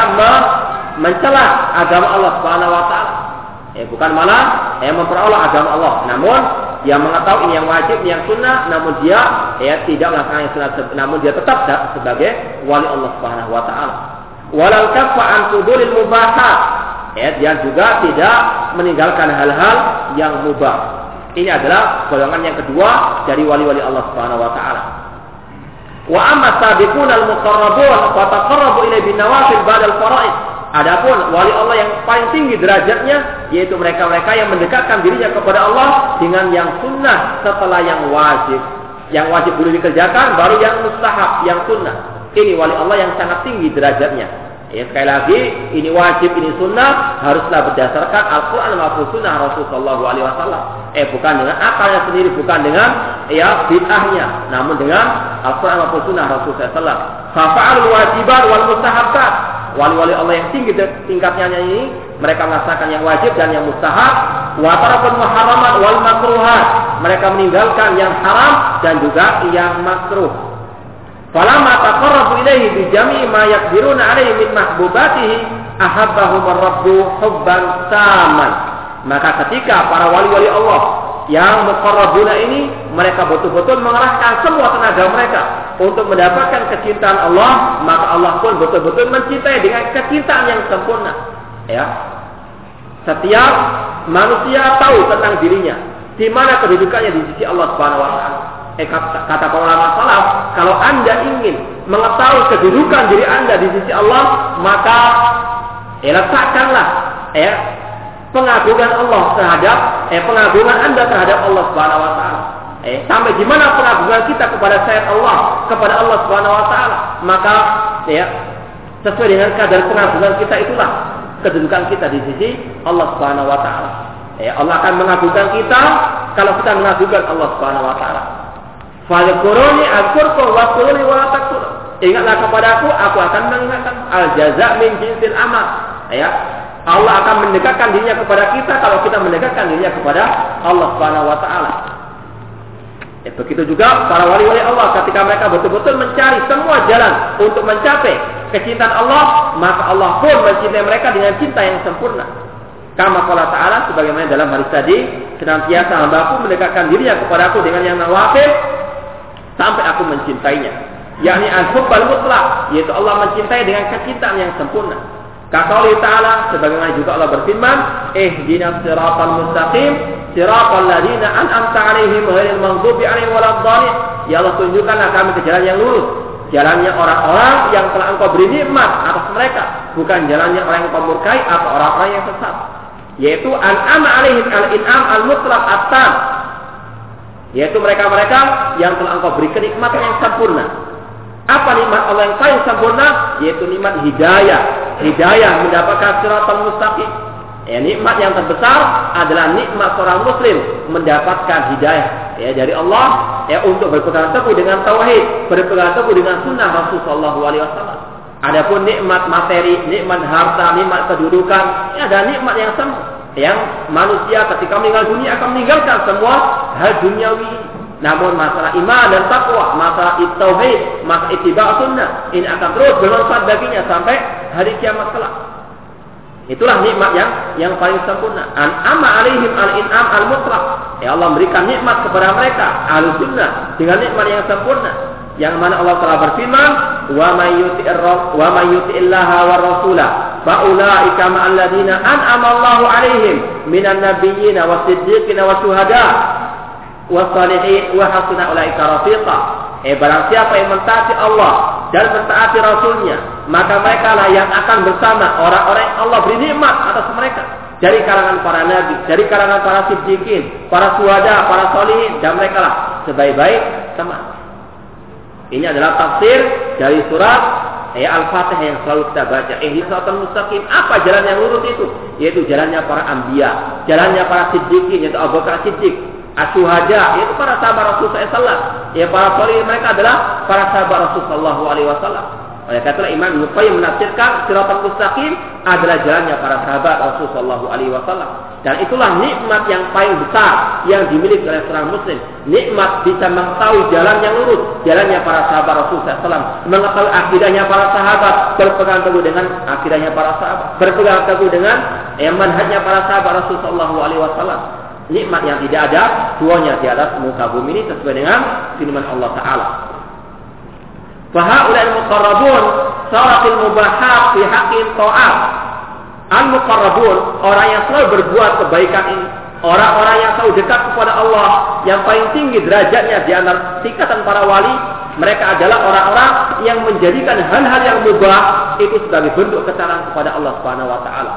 mencela agama Allah Subhanahu wa taala. Bukan malah memperolok agama Allah, namun dia mengetahui ini yang wajib, ini yang sunnah, namun dia tidak melaksanakan yang sunnah, namun dia tetap sebagai wali Allah Subhanahu wa taala. Walal kaffa an suduril mubahat, dia juga tidak meninggalkan hal-hal yang mubah. Ini adalah golongan yang kedua dari wali-wali Allah Subhanahu wa taala. Wa amma sabiquna al-muqarrabun fa taqarrabu ilaihi bin nawafil ba'da al-fara'id. Adapun wali Allah yang paling tinggi derajatnya yaitu mereka-mereka yang mendekatkan dirinya kepada Allah dengan yang sunnah setelah yang wajib. Yang wajib dulu dikerjakan, baru yang mustahab, yang sunnah. Ini wali Allah yang sangat tinggi derajatnya. Sekali lagi, ini wajib, ini sunnah, haruslah berdasarkan Al-Quran maupun sunnah Rasulullah SAW. Bukan dengan akalnya sendiri, bukan dengan bid'ahnya, namun dengan Al-Quran maupun sunnah Rasulullah SAW. Fafa'alul wajibat wal mustahabbat. Wali-wali Allah yang tinggi tingkatnya ini, mereka melaksanakan yang wajib dan yang mustahab. Wa tarakul muharramat wal makruhat. Mereka meninggalkan yang haram dan juga yang makruh. Falamma taqarrabu ilaihi bi jami'i ma yaqdiruna 'alaihi min mahbubatihi ahabbahum ar-rabbu hubban taman. Maka ketika para wali-wali Allah yang muqarrabuna ini, mereka betul-betul mengerahkan semua tenaga mereka untuk mendapatkan kecintaan Allah, maka Allah pun betul-betul mencintai dengan kecintaan yang sempurna. Setiap manusia tahu tentang dirinya, di mana kedudukannya di sisi Allah Subhanahu wa taala. Kata para ulama salaf, kalau Anda ingin mengetahui kedudukan diri Anda di sisi Allah, maka letakkanlah pengagungan Allah terhadap pengagungan Anda terhadap Allah Subhanahu wa taala. Sampai di mana pengagungan kita kepada Sayyid Allah, kepada Allah Subhanahu wa taala, maka sesuai dengan kadar pengagungan kita itulah kedudukan kita di sisi Allah Subhanahu wa taala. Allah akan mengagungkan kita kalau kita mengagungkan Allah Subhanahu wa taala. Fadhkuruni azkurkum wazkuruni wa la takfurun. Ingatlah kepadaku, aku akan mengingatkan. Al jaza' min jinsil amal. Allah akan mendekatkan dirinya kepada kita kalau kita mendekatkan dirinya kepada Allah Subhanahu wa taala. Begitu juga para wali-wali Allah, ketika mereka betul-betul mencari semua jalan untuk mencapai kecintaan Allah, maka Allah pun mencintai mereka dengan cinta yang sempurna. Kama qala ta'ala, sebagaimana dalam hadis tadi, senantiasa hamba-Ku mendekatkan dirinya kepadaku dengan yang nawafil sampai aku mencintainya. Yakni al-hubbal mutlaq, yaitu Allah mencintai dengan kecintaan yang sempurna. Kaqouli ta'ala, sebagaimana juga Allah berfirman, ihdinas siratal mustaqim, siratal ladzina an'amta 'alaihim ghairil maghdubi 'alaihim waladdallin. Ya Allah, tunjukkanlah kami ke jalan yang lurus, jalannya orang-orang yang telah Engkau beri nikmat atas mereka, bukan jalannya orang yang Engkau murkai atau orang-orang yang sesat. Yaitu an'ama 'alaihim al-in'am al-mutlaq at-tam, yaitu mereka-mereka yang telah Engkau beri kenikmatan yang sempurna. Apa nikmat Allah yang paling sempurna? Yaitu nikmat hidayah. Hidayah mendapatkan siratal mustaqim. Ya, nikmat yang terbesar adalah nikmat seorang muslim mendapatkan hidayah ya dari Allah ya untuk berpegang teguh dengan tauhid, berpegang teguh dengan sunnah Rasul sallallahu alaihi wasallam. Adapun nikmat materi, nikmat harta, nikmat kedudukan, ya ada nikmat yang semu yang manusia ketika meninggal dunia akan meninggalkan semua hal duniawi. Namun masalah iman dan takwa, masalah tauhid, masalah ittiba' sunnah ini akan terus bermanfaat baginya sampai hari kiamat kelak. Itulah nikmat yang paling sempurna. An'ama alaihim al-in'am al-mutlaq. Ya Allah memberikan nikmat kepada mereka ahlus sunnah dengan nikmat yang sempurna. Yang mana Allah telah berfirman, "Wa may yuti'illaha war rasula fa ulaika ma'al ladzina an'ama Allahu alaihim minan nabiyyin was-siddiqin wasyuhada was-salihin wa hasuna ulaika rafiqa." Barang siapa yang mentaati Allah dan mentaati Rasulnya, maka mereka lah yang akan bersama orang-orang yang Allah beri nikmat atas mereka dari kalangan para nabi, dari kalangan para siddiqin, para syuhada, para sholihin, dan mereka lah sebaik-baik teman. Ini adalah tafsir dari surat Al-Fatihah yang selalu kita baca. Ihdinash mustaqim. Apa jalan yang lurus itu? Yaitu jalannya para anbiya, jalannya para siddiqin, yaitu Abu Bakar Siddiq, asyuhada, yaitu para sahabat Rasul SAW. Ya, para sholihin mereka adalah para sahabat Rasul sallallahu alaihi wasallam. Oleh karena itulah Imam Ibnu Qayyim menafsirkan Shiratal Mustaqim adalah jalannya para sahabat Rasul sallallahu alaihi wasallam. Dan itulah nikmat yang paling besar yang dimiliki oleh seorang muslim. Nikmat bisa mengetahui jalan yang lurus, jalannya para sahabat Rasul SAW, mengetahui akidahnya para sahabat, berpegang teguh dengan akidahnya para sahabat, berpegang teguh dengan manhajnya para sahabat Rasul sallallahu alaihi wasallam. Nikmat yang tidak ada duanya di atas muka bumi ini sesuai dengan firman Allah Ta'ala. Fahaulal muqarrabun saratil mubahat fi haqqin ta'at. Al-muqarrabun, orang yang selalu berbuat kebaikan ini, orang-orang yang selalu dekat kepada Allah, yang paling tinggi derajatnya di antara tingkatan para wali, mereka adalah orang-orang yang menjadikan hal-hal yang mubah itu sebagai bentuk ketaatan kepada Allah Subhanahu wa taala.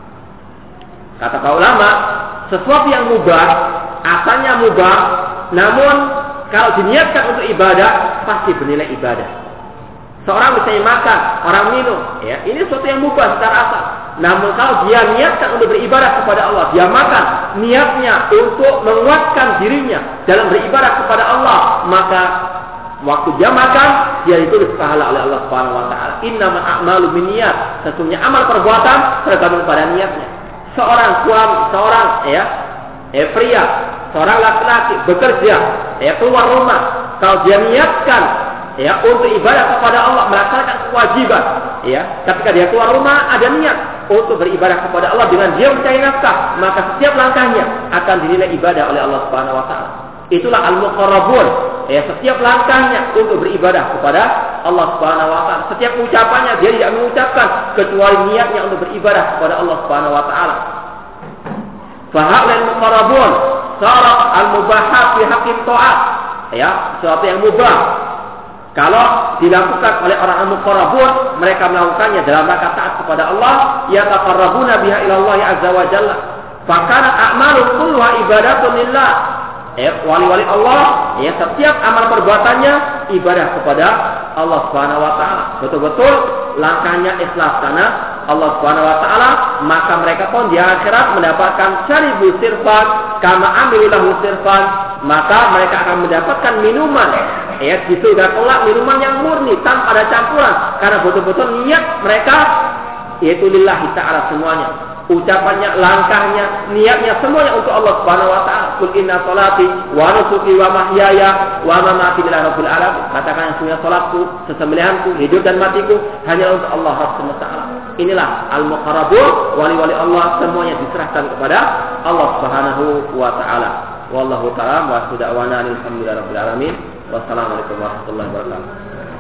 Kata para ulama, sesuatu yang mubah, asalnya mubah, namun kalau diniatkan untuk ibadah, pasti bernilai ibadah. Seorang misalnya makan, orang minum, ya, ini sesuatu yang mubah secara asal. Namun kalau dia niatkan untuk beribadah kepada Allah, dia makan, niatnya untuk menguatkan dirinya dalam beribadah kepada Allah, maka waktu dia makan, dia ditulis pahala oleh Allah Subhanahu wa taala. Innamal a'malu binniyat. Sesungguhnya amal perbuatan tergantung pada niatnya. Seorang suami, seorang pria, seorang laki-laki bekerja, keluar rumah, kalau dia niatkan untuk ibadah kepada Allah, melaksanakan kewajiban, ketika dia keluar rumah ada niat untuk beribadah kepada Allah dengan dia mencari nafkah, maka setiap langkahnya akan dinilai ibadah oleh Allah Subhanahu wa taala. Itulah al-muqarrabun, setiap langkahnya untuk beribadah kepada Allah Subhanahu wa taala. Setiap ucapannya dia tidak mengucapkan kecuali niatnya untuk beribadah kepada Allah Subhanahu wa taala. Fa ha'lal muqarrabun syarat al-mubahat fi haqqin ta'at. Sesuatu yang mubah kalau dilakukan oleh orang al-muqarrabun, mereka melakukannya dalam rangka taat kepada Allah, yataqarrabuna biha ila Allah azza wa jalla. Fa kana a'malu kulluha ibadatun lillah. Wali-wali Allah, setiap amal perbuatannya ibadah kepada Allah Subhanahu wa taala. Betul-betul langkahnya ikhlas karena Allah Subhanahu wa taala, maka mereka pun di akhirat mendapatkan syaribu sirfan kama amilahu sirfan, maka mereka akan mendapatkan minuman di surga kelak, minuman yang murni tanpa ada campuran karena betul-betul niat mereka yaitu lillahi ta'ala semuanya. Ucapannya, langkahnya, niatnya semuanya untuk Allah Subhanahu wa taala. Qul inna sholati wa nusuki wa mahyaya wa mamati lillahi rabbil alamin. Katakan sesungguhnya salatku, sesembelihanku, hidup dan matiku hanya untuk Allah Subhanahu wa taala. Inilah al-muqarrabun, wali-wali Allah semuanya diserahkan kepada Allah Subhanahu wa taala. Wallahu ta'ala wa da'wana alhamdulillahi rabbil alamin. Wassalamualaikum warahmatullahi wabarakatuh.